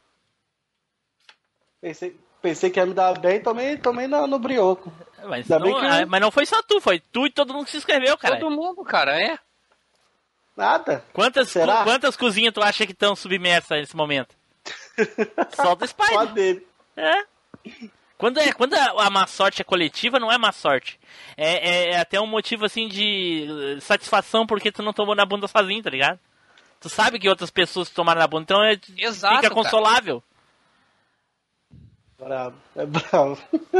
Pensei, pensei que ia me dar bem, tomei, tomei no, no brioco. Mas não, que... mas não foi só tu, foi tu e todo mundo que se inscreveu, cara. Todo mundo, cara, é. Nada. Quantas, Será? cu, quantas cozinhas tu acha que estão submersas nesse momento? Só do Spider. Só dele. É. Quando, é, quando a, a má sorte é coletiva, não é má sorte. É, é, é até um motivo, assim, de satisfação porque tu não tomou na bunda sozinho, tá ligado? Tu sabe que outras pessoas tomaram na bunda, então é, Exato, fica consolável. Cara. Bravo, é bravo.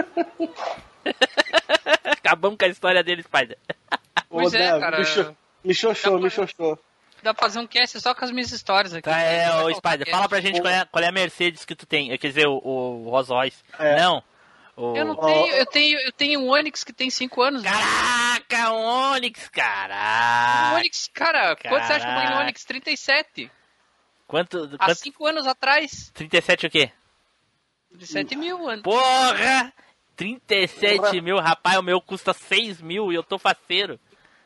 Acabamos com a história dele, Spider. Pois Ô, é, Dev, cara. Me, cho... me xoxou, me xoxou. Dá pra fazer um cast só com as minhas histórias aqui. Tá, é, Vai ô faltar Spider, cast. fala pra gente qual é, qual é a Mercedes que tu tem. Quer dizer, o, o Rolls Royce. É. Não. O... Eu não tenho, eu tenho, eu tenho um Onix que tem cinco anos. Caraca, um Onix, caraca. Um Onix, cara, quanto você acha que eu ganhei no Caraca. Onix? trinta e sete. Quanto? Há quanto... cinco anos atrás. trinta e sete o quê? trinta e sete mil, anos. Porra! trinta e sete Porra. mil, rapaz, o meu custa seis mil e eu tô faceiro.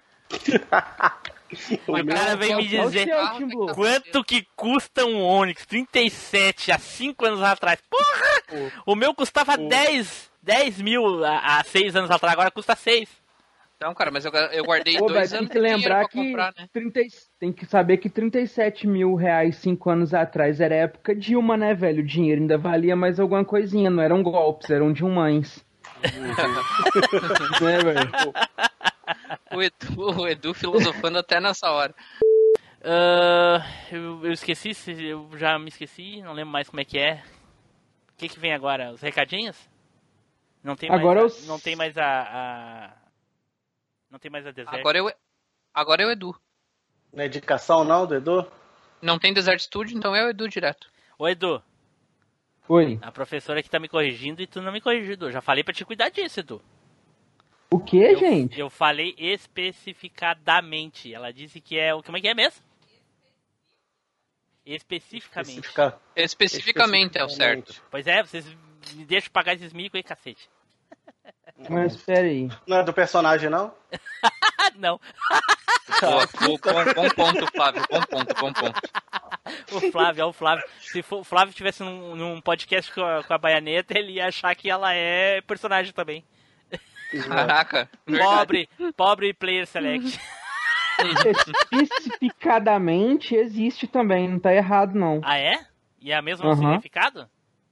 O meu cara vem me é o dizer seu, Tim Blue. quanto que custa um Onix? trinta e sete há cinco anos atrás. Porra! O meu custava dez, dez mil há seis anos atrás, agora custa seis. Não, cara, mas eu, eu guardei Pô, dois velho, tem anos que de dinheiro lembrar pra que comprar, né? trinta, tem que saber que trinta e sete mil reais cinco anos atrás era a época Dilma, né, velho? O dinheiro ainda valia mais alguma coisinha, não eram golpes, eram Dilmães. Né, velho? O Edu, o Edu filosofando até nessa hora. Uh, eu, eu esqueci, se- eu já me esqueci, não lembro mais como é que é. O que que vem agora? Os recadinhos? Não tem Agora mais, a, os- não tem mais a, a- não tem mais a Desert. Agora eu, agora é o Edu. Não é indicação não, Dedu? Não tem Desert Studio, então é o Edu direto. Ô Edu, Oi. a professora que tá me corrigindo e tu não me corrigiu, Edu. Já falei pra te cuidar disso, Edu. O que, Eu, gente? eu falei especificadamente. Ela disse que é o como é que é mesmo? Especificamente. Especifica- Especificamente é o certo. Pois é, vocês me deixam pagar esses micos aí, cacete. Mas espera aí. Não é do personagem, não? Ah, não. Boa, bom, bom, bom ponto, Flávio. Bom ponto, bom ponto. O Flávio, ó, o Flávio. Se for, o Flávio tivesse num, num podcast com a, com a Baianeta, ele ia achar que ela é personagem também. Caraca. verdade. Pobre, pobre player select. Especificadamente existe também, não tá errado, não. Ah, é? E é o mesmo Aham. significado?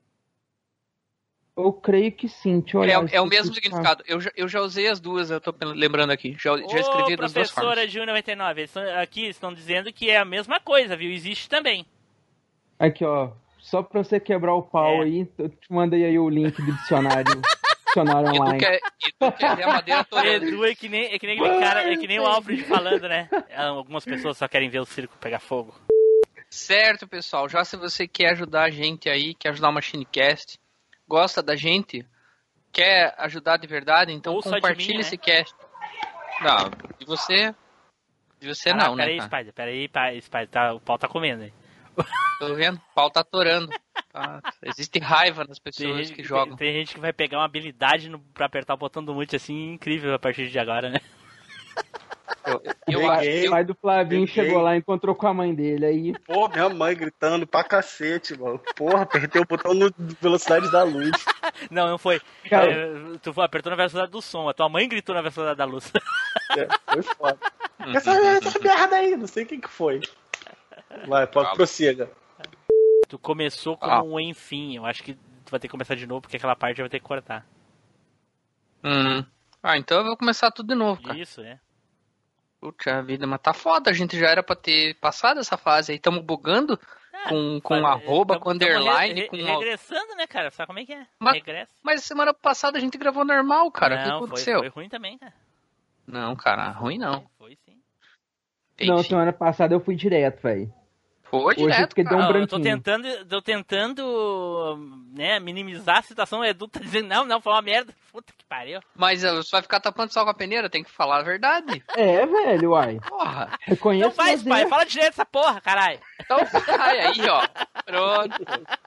Eu creio que sim, deixa eu olhar. É, é o mesmo especificado. significado. Eu já, eu já usei as duas, eu tô lembrando aqui. Já, já escrevi Ô, das duas professora formas. de noventa e nove, eles estão- aqui estão dizendo que é a mesma coisa, viu? Existe também. Aqui, ó. Só pra você quebrar o pau É. aí, eu te mandei aí o link do dicionário. Dicionário Edu online. quer, Edu quer ver a madeira toda. Edu é que nem, é que nem aquele cara, é que nem o Alfred falando, né? Algumas pessoas só querem ver o circo pegar fogo. Certo, pessoal. Já se você quer ajudar a gente aí, quer ajudar o MachineCast, gosta da gente, quer ajudar de verdade, então Ou só de compartilhe mim, né? esse cast. Não, de você. De você Caraca, não, né? Peraí, cara? Spider, peraí, pa- Spider, tá, o pau tá comendo aí. Tô vendo? O pau tá atorando. Tá? Existe raiva nas Tem pessoas gente, que jogam. tem, tem gente que vai pegar uma habilidade no, pra apertar o botão do mute assim, incrível a partir de agora, né? Eu, eu, O pai, eu- o pai do Flavinho Peguei. chegou lá e encontrou com a mãe dele. Aí, Pô, minha mãe gritando pra cacete, mano. Porra, apertei o botão no velocidade da luz. Não, não foi. Cara. É, tu apertou na velocidade do som, a tua mãe gritou na velocidade da luz. É, foi foda. Essa, essa merda aí, não sei quem que foi. Vai, pode Calma. prossiga. Tu começou com Ah. um enfim, eu acho que tu vai ter que começar de novo, porque aquela parte vai ter que cortar. Hum. Ah, então eu vou começar tudo de novo, cara. Isso, é. Puxa vida, mas tá foda. A gente já era pra ter passado essa fase aí. Tamo bugando com, com Fa- arroba, tamo- com tamo underline, re- com... re- regressando, né, cara? Sabe como é que é? Mas- Regressa. Mas semana passada a gente gravou normal, cara. O que Não, foi, aconteceu? foi ruim também, cara. Não, cara, ruim não. Foi sim. não, Enfim, semana passada eu fui direto, velho. foi Hoje direto, porque cara. deu um Não, eu tô branquinho. tentando, tô tentando, né, minimizar a situação. O Edu tá dizendo, não, não, foi uma merda. Puta que pariu. Mas uh, você vai ficar tapando sol com a peneira? Tem que falar a verdade. É, velho, uai. Porra. Reconheço Então faz, você. pai. Fala direito essa porra, caralho. Então vai aí, ó. Pronto.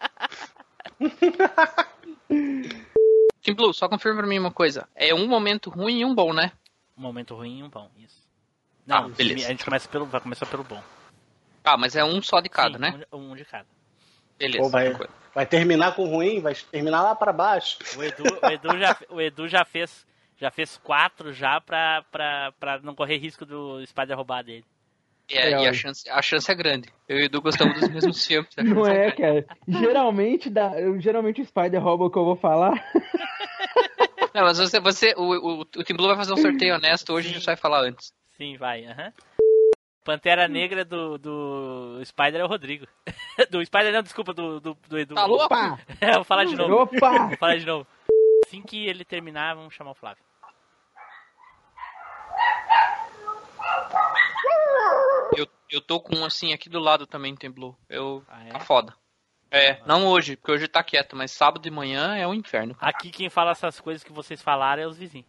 Team Blue, só confirma pra mim uma coisa. É um momento ruim e um bom, né? Um momento ruim e um bom, isso. Não, Ah, beleza. a gente começa pelo, vai começar pelo bom. Ah, mas é um só de cada, Sim, né? Um, um de cada. Beleza. Pô, vai, vai terminar com ruim, vai terminar lá pra baixo. O Edu, o Edu, já, o Edu já fez já fez quatro já pra, pra, pra não correr risco do Spider roubar dele. É, É, e a ó. chance, a chance é grande. Eu e o Edu gostamos dos mesmos filmes. a Não chance é, grande. cara. Geralmente, dá, eu- geralmente o Spider rouba o que eu vou falar. Não, mas você, você o, o, o Team Blue vai fazer um sorteio honesto hoje, a gente vai falar antes. Sim, vai. Aham. Pantera Negra do, do Spider é o Rodrigo. Do Spider não, desculpa, do, do, do Edu. Tá louco? Opa! É, vou falar de novo. Opa! Vou falar de novo. Assim que ele terminar, vamos chamar o Flávio. Eu, eu tô com um assim aqui do lado também, Team Blue. Eu, Ah, é? Tá foda. É, não hoje, porque hoje tá quieto, mas sábado de manhã é um inferno. Aqui quem fala essas coisas que vocês falaram é os vizinhos.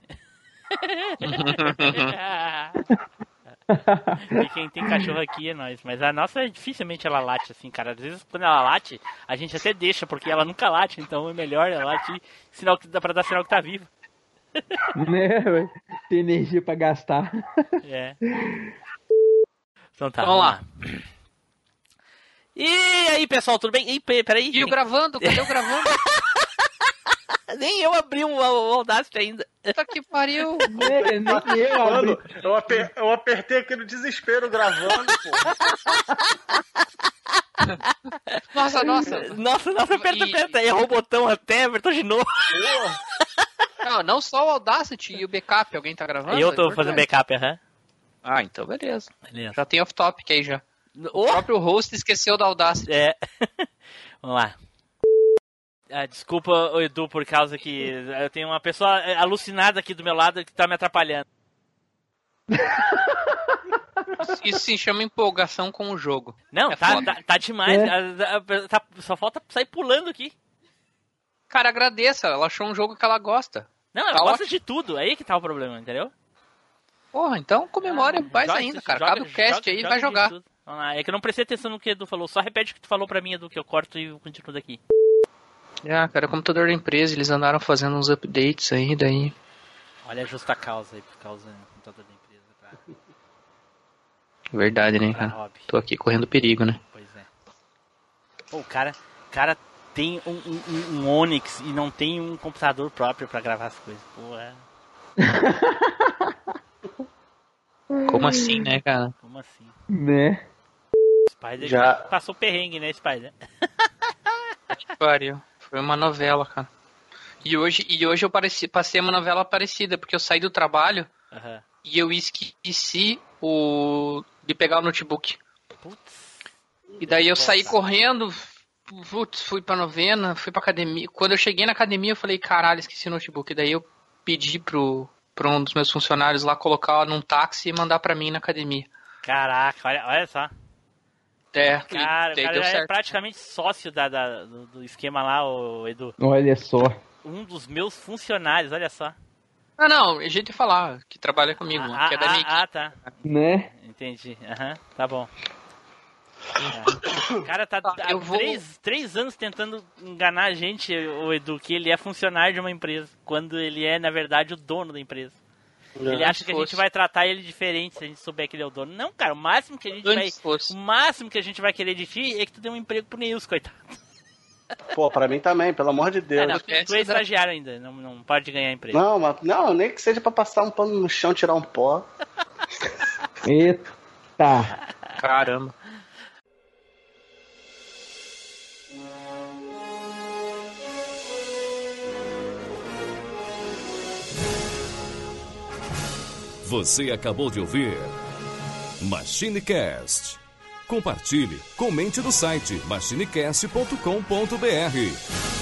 E quem tem cachorro aqui é nós. Mas a nossa, dificilmente ela late assim, cara. Às vezes quando ela late, a gente até deixa, porque ela nunca late. Então é melhor ela latir, sinal que dá pra dar sinal que tá vivo. Né, velho? Tem energia pra gastar. É. Então tá. Vamos lá. E aí, pessoal, tudo bem? Ih, pe- peraí. E o gravando? Cadê o gravando? Nem eu abri um, o Audacity ainda. Puta que pariu. Né, nem que eu abri. Mano, eu, aper- eu apertei aqui no desespero gravando, pô. Nossa, nossa. Nossa, nossa, aperta, E- aperta. Errou o botão até, apertou de novo. Não, não só o Audacity e o backup. Alguém tá gravando? E eu tô É fazendo importante. backup, aham. Ah, então beleza. Beleza. Já tem off-topic aí já. O Oh, próprio host esqueceu da Audacity. é. Vamos lá. Ah, desculpa, ô, Edu, por causa que eu tenho uma pessoa alucinada aqui do meu lado que tá me atrapalhando. Isso se chama empolgação com o jogo. Não, É tá, foda. tá, tá demais. É. Ah, ah, tá- só falta sair pulando aqui. Cara, agradeça. Ela achou um jogo que ela gosta. Não, ela Tá gosta ótimo. de tudo. Aí que tá o problema, entendeu? Porra, então comemore mais Joga- ainda, cara. joga- Cada cast joga- aí joga vai de jogar. tudo. Vamos lá. É que eu não prestei atenção no que o Edu falou. Só repete o que tu falou pra mim, Edu, que eu corto e eu continuo daqui. Ah, cara, computador da empresa, eles andaram fazendo uns updates aí, daí... Olha a justa causa aí, por causa do computador da empresa. Pra, Verdade, né, pra cara? hobby. Tô aqui correndo perigo, né? Pois é. Pô, o cara, o cara tem um, um, um Onix e não tem um computador próprio pra gravar as coisas. Pô, é. Como assim, né, cara? Como assim? Né? Spider Já- passou perrengue, né, Spider? Que pariu. Foi uma novela, cara. E hoje, e hoje eu pareci, passei uma novela parecida, porque eu saí do trabalho Aham. e eu esqueci o de pegar o notebook. Putz. E daí eu saí correndo, putz, fui pra novena, fui pra academia. Quando eu cheguei na academia, eu falei, caralho, esqueci o notebook. E daí eu pedi pro, pro um dos meus funcionários lá colocar num táxi e mandar pra mim na academia. Caraca, olha, olha só. É, Cara, e daí o cara deu já é certo. praticamente sócio da, da- do, do esquema lá, o Edu. Olha só. Um dos meus funcionários, olha só. Ah, não, é jeito de falar, que trabalha comigo, ah, que é da minha ah, ah, tá. Né? Entendi. Aham, tá bom. É. O cara tá Tá, há eu vou- três, três anos tentando enganar a gente, o Edu, que ele é funcionário de uma empresa, quando ele é, na verdade, o dono da empresa. Ele acha que a gente fosse. vai tratar ele diferente se a gente souber que ele é o dono. Não, cara, o máximo que a gente Antes vai. fosse. O máximo que a gente vai querer de ti é que tu dê um emprego pro Neils, coitado. Pô, pra mim também, pelo amor de É, Deus. não, eu tu, quero tu é essa- estagiário ainda, não, não pode ganhar emprego. Não, mas, não, nem que seja pra passar um pano no chão, tirar um pó. Eita. Caramba. Você acabou de ouvir MachineCast. Compartilhe, comente no site machinecast ponto com ponto br.